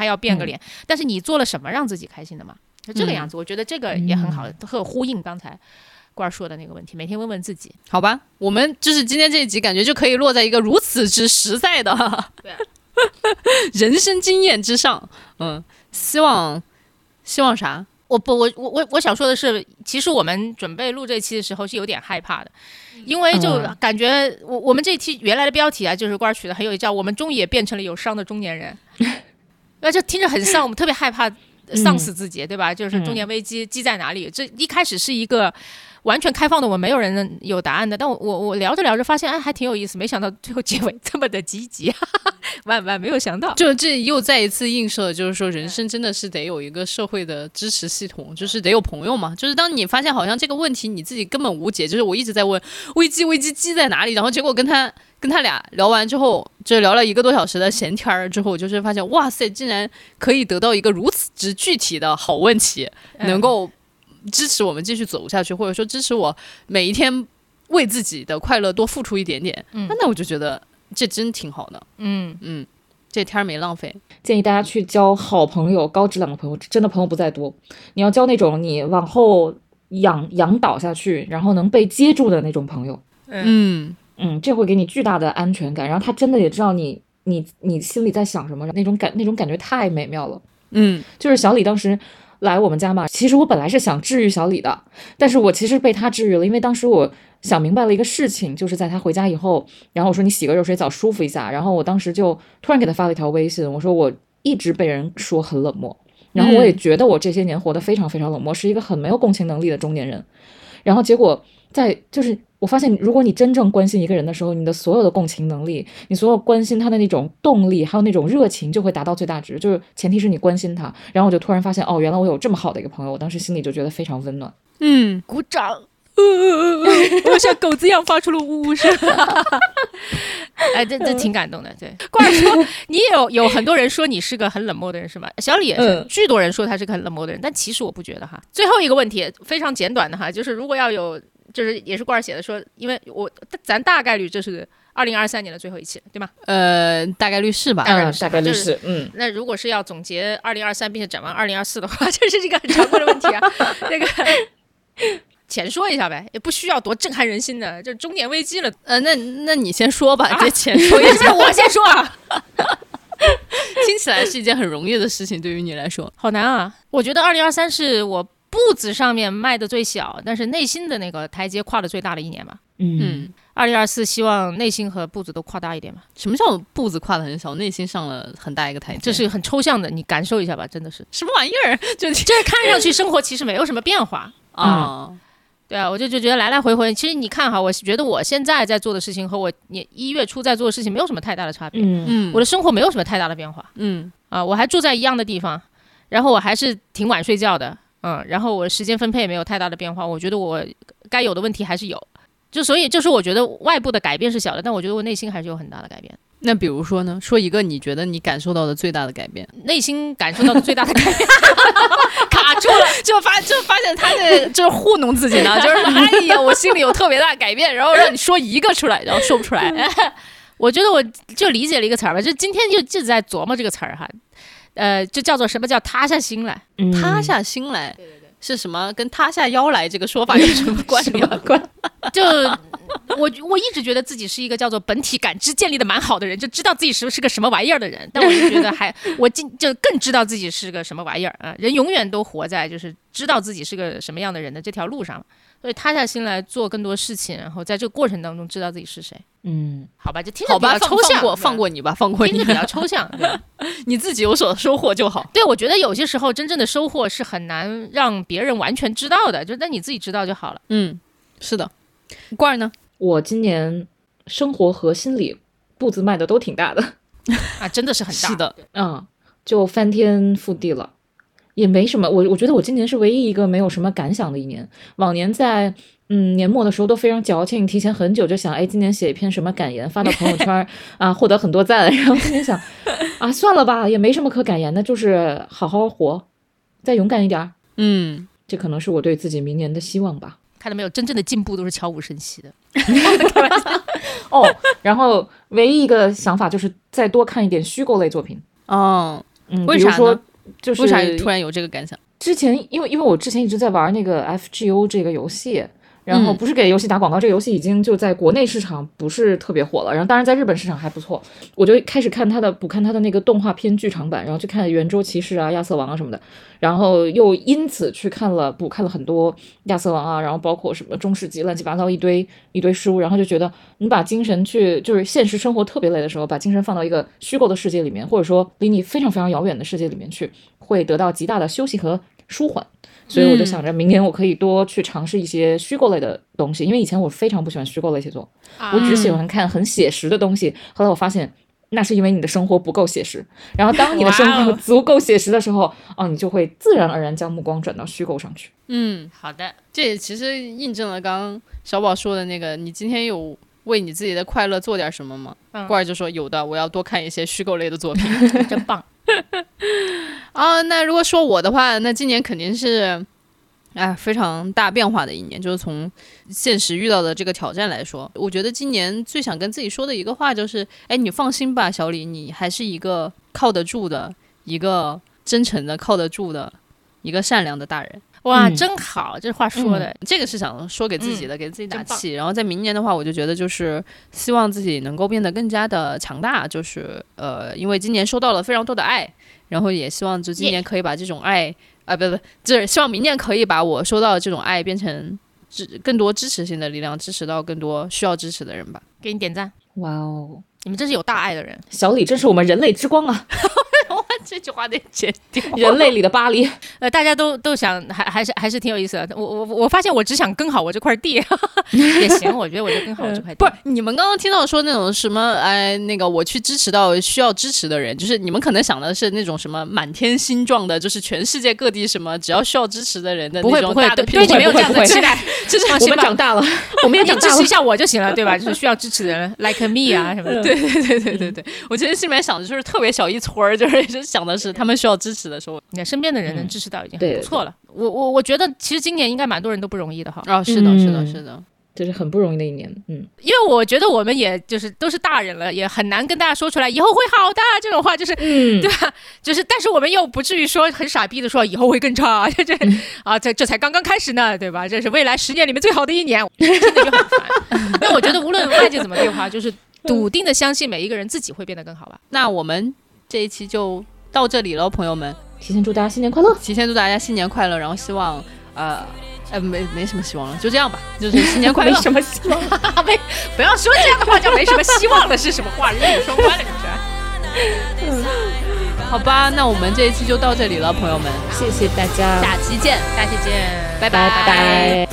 Speaker 2: 要变个脸、嗯、但是你做了什么让自己开心的嘛，就这个样子、嗯、我觉得这个也很好，很呼应刚才罐说的那个问题，每天问问自己。
Speaker 1: 好吧，我们就是今天这一集感觉就可以落在一个如此之实在的
Speaker 2: 对
Speaker 1: 人生经验之上。嗯，希望希望啥？
Speaker 2: 我不，我我我想说的是，其实我们准备录这期的时候是有点害怕的，因为就感觉我我们这期原来的标题啊，就是官取的很有叫我们终于也变成了有伤的中年人，那就听着很丧，我们特别害怕丧死自己、嗯、对吧？就是中年危机积在哪里？嗯、这一开始是一个完全开放的，我们没有人有答案的。但我我我聊着聊着发现，哎，还挺有意思。没想到最后结尾这么的积极，万万没有想到。
Speaker 1: 就这又再一次映射，就是说人生真的是得有一个社会的支持系统，就是得有朋友嘛。就是当你发现好像这个问题你自己根本无解，就是我一直在问危机危机积在哪里，然后结果跟他跟他俩聊完之后，就聊了一个多小时的闲天之后，就是发现哇塞，竟然可以得到一个如此之具体的好问题，能够支持我们继续走下去，或者说支持我每一天为自己的快乐多付出一点点。嗯，那我就觉得这真挺好的。
Speaker 2: 嗯
Speaker 1: 嗯，这天没浪费。
Speaker 3: 建议大家去交好朋友，高质量的朋友，真的朋友不在多。你要交那种你往后仰仰倒下去，然后能被接住的那种朋友。
Speaker 1: 嗯
Speaker 3: 嗯，这会给你巨大的安全感，然后他真的也知道你你你心里在想什么，那种感那种感觉太美妙了。
Speaker 1: 嗯，
Speaker 3: 就是小李当时来我们家嘛，其实我本来是想治愈小李的，但是我其实被他治愈了，因为当时我想明白了一个事情，就是在他回家以后，然后我说你洗个热水澡舒服一下，然后我当时就突然给他发了一条微信，我说我一直被人说很冷漠，然后我也觉得我这些年活得非常非常冷漠，是一个很没有共情能力的中年人，然后结果在就是我发现，如果你真正关心一个人的时候，你的所有的共情能力，你所有关心他的那种动力，还有那种热情，就会达到最大值。就是前提是你关心他。然后我就突然发现，哦，原来我有这么好的一个朋友，我当时心里就觉得非常温暖。
Speaker 2: 嗯，鼓掌。呃、我像狗子一样发出了呜呜声。哎，这这挺感动的。对，怪说你也有有很多人说你是个很冷漠的人，是吗？小李也是，嗯、巨多人说他是个很冷漠的人，但其实我不觉得哈。最后一个问题非常简短的哈，就是如果要有。就是也是罐儿写的说，因为我咱大概率这是二零二三年的最后一期，对吗？
Speaker 1: 呃，大概率是吧？
Speaker 3: 嗯，大概率是。就是、嗯，
Speaker 2: 那如果是要总结二零二三，并且展望二零二四的话，这是一个很常规的问题啊。那个浅说一下呗，也不需要多震撼人心的，就是中年危机了。
Speaker 1: 呃，那那你先说吧，啊、这浅说一下，
Speaker 2: 我先说啊。
Speaker 1: 听起来是一件很容易的事情，对于你来说，
Speaker 2: 好难啊。我觉得二零二三是我步子上面迈的最小，但是内心的那个台阶跨的最大的一年嘛。
Speaker 3: 嗯，
Speaker 2: 二零二四希望内心和步子都跨大一点嘛。
Speaker 1: 什么叫步子跨的很小，内心上了很大一个台阶？
Speaker 2: 这是很抽象的，你感受一下吧，真的是
Speaker 1: 什么玩意儿？就
Speaker 2: 这看上去生活其实没有什么变化
Speaker 1: 啊、嗯。
Speaker 2: 对啊，我就就觉得来来回回，其实你看哈，我觉得我现在在做的事情和我一月初在做的事情没有什么太大的差别。
Speaker 3: 嗯，
Speaker 2: 我的生活没有什么太大的变化。
Speaker 1: 嗯
Speaker 2: 啊，我还住在一样的地方，然后我还是挺晚睡觉的。嗯，然后我的时间分配也没有太大的变化，我觉得我该有的问题还是有，就所以就是我觉得外部的改变是小的，但我觉得我内心还是有很大的改变。
Speaker 1: 那比如说呢？说一个你觉得你感受到的最大的改变，
Speaker 2: 内心感受到的最大的改变，
Speaker 1: 卡住了，就发就发现他在就是糊弄自己呢，就是哎呀，我心里有特别大的改变，然后让你说一个出来，然后说不出来。
Speaker 2: 我觉得我就理解了一个词儿吧，就今天就一直在琢磨这个词儿哈。呃，就叫做什么叫塌下心来、
Speaker 1: 嗯、塌下心来，对对对，是什么跟塌下腰来这个说法有什么关联？
Speaker 2: 就我我一直觉得自己是一个叫做本体感知建立的蛮好的人，就知道自己是是个什么玩意儿的人，但我就觉得还我就更知道自己是个什么玩意儿啊！人永远都活在就是知道自己是个什么样的人的这条路上，所以塌下心来做更多事情，然后在这个过程当中知道自己是谁。
Speaker 3: 嗯，
Speaker 2: 好吧，就听着比较抽象，
Speaker 1: 放过放过你吧，放过你，
Speaker 2: 听着比较抽象，
Speaker 1: 你自己有所收获就好。
Speaker 2: 对，我觉得有些时候真正的收获是很难让别人完全知道的，就但你自己知道就好了。
Speaker 1: 嗯，是的。罐儿呢？
Speaker 3: 我今年生活和心理步子迈的都挺大的
Speaker 2: 啊，真的是很大。
Speaker 1: 是的，
Speaker 3: 嗯，就翻天覆地了，也没什么。我我觉得我今年是唯一一个没有什么感想的一年。往年在嗯年末的时候都非常矫情，提前很久就想，哎，今年写一篇什么感言发到朋友圈啊，获得很多赞。然后今年想啊，算了吧，也没什么可感言的，就是好好活，再勇敢一点。
Speaker 1: 嗯，
Speaker 3: 这可能是我对自己明年的希望吧。
Speaker 2: 看到没有，真正的进步都是悄无声息的。
Speaker 3: 哦，然后唯一一个想法就是再多看一点虚构类作品。
Speaker 1: 哦，
Speaker 3: 嗯，
Speaker 1: 为啥呢？
Speaker 3: 就是
Speaker 1: 为啥突然有这个感想？
Speaker 3: 之前因为因为我之前一直在玩那个 F G O 这个游戏。然后不是给游戏打广告，嗯、这个游戏已经就在国内市场不是特别火了，然后当然在日本市场还不错。我就开始看它的补看它的那个动画片剧场版，然后去看圆桌骑士啊、亚瑟王啊什么的，然后又因此去看了补看了很多亚瑟王啊，然后包括什么中世纪乱七八糟一堆一堆书，然后就觉得你把精神去就是现实生活特别累的时候，把精神放到一个虚构的世界里面，或者说离你非常非常遥远的世界里面去，会得到极大的休息和舒缓。所以我就想着明年我可以多去尝试一些虚构类的东西，因为以前我非常不喜欢虚构类写作，我只喜欢看很写实的东西。后来我发现那是因为你的生活不够写实，然后当你的生活足够写实的时候，哦，你就会自然而然将目光转到虚构上去。
Speaker 1: 嗯，好的，这也其实印证了刚刚小宝说的那个，你今天有为你自己的快乐做点什么吗？嗯、罐儿就说有的，我要多看一些虚构类的作品，
Speaker 2: 真棒。
Speaker 1: 啊，那如果说我的话，那今年肯定是，哎，非常大变化的一年。就是从现实遇到的这个挑战来说，我觉得今年最想跟自己说的一个话就是，哎，你放心吧，小李，你还是一个靠得住的、一个真诚的、靠得住的、一个善良的大人。
Speaker 2: 哇，嗯、真好，这话说的、
Speaker 1: 嗯，这个是想说给自己的，嗯、给自己打气。然后在明年的话，我就觉得就是希望自己能够变得更加的强大，就是呃，因为今年收到了非常多的爱，然后也希望就今年可以把这种爱啊，不不，就是希望明年可以把我收到的这种爱变成支更多支持性的力量，支持到更多需要支持的人吧。
Speaker 2: 给你点赞！
Speaker 3: 哇哦，
Speaker 2: 你们真是有大爱的人，
Speaker 3: 小李真是我们人类之光啊！
Speaker 1: 这句话得剪掉。
Speaker 3: 人类里的巴黎，
Speaker 2: 呃，大家都都想，还还是还是挺有意思的。我我我发现我只想耕好我这块地也行，我觉得我就耕好我这块地。
Speaker 1: 不是你们刚刚听到说那种什么，哎，那个我去支持到需要支持的人，就是你们可能想的是那种什么满天星状的，就是全世界各地什么只要需要支持的人的那种大的
Speaker 2: 对你没有这样的期待，
Speaker 3: 就是我们长大了，我们也长大了，
Speaker 2: 支持一下我就行了，对吧？就是需要支持的人 ，like me 啊什么的。
Speaker 1: 对对对对对对，我其实心里面想的就是特别小一撮儿，就是想的是他们需要支持的时候，
Speaker 2: 你身边的人能支持到已经很不错了。嗯、我我我觉得其实今年应该蛮多人都不容易的哈。
Speaker 1: 哦，是的，是的，是的。
Speaker 3: 这是很不容易的一年，嗯，
Speaker 2: 因为我觉得我们也就是都是大人了，也很难跟大家说出来以后会好的这种话，就是，嗯、对吧？就是，但是我们又不至于说很傻逼的说以后会更差，这这、嗯、啊，这这才刚刚开始呢，对吧？这是未来十年里面最好的一年，真的就很烦。因为我觉得无论外界怎么变化，就是笃定的相信每一个人自己会变得更好吧。
Speaker 1: 那我们这一期就到这里了，朋友们，
Speaker 3: 提前祝大家新年快乐，
Speaker 1: 提前祝大家新年快乐，然后希望呃。呃，没没什么希望了，就这样吧，就是新年快乐。
Speaker 3: 没什么希望，
Speaker 2: 没不要说这样的话，叫没什么希望的是什么话？日语双关了，是不是？
Speaker 1: 嗯，好吧，那我们这一期就到这里了，朋友们，
Speaker 3: 谢谢大家，
Speaker 1: 下期见，
Speaker 2: 下期见，
Speaker 1: 拜拜。
Speaker 3: 拜拜。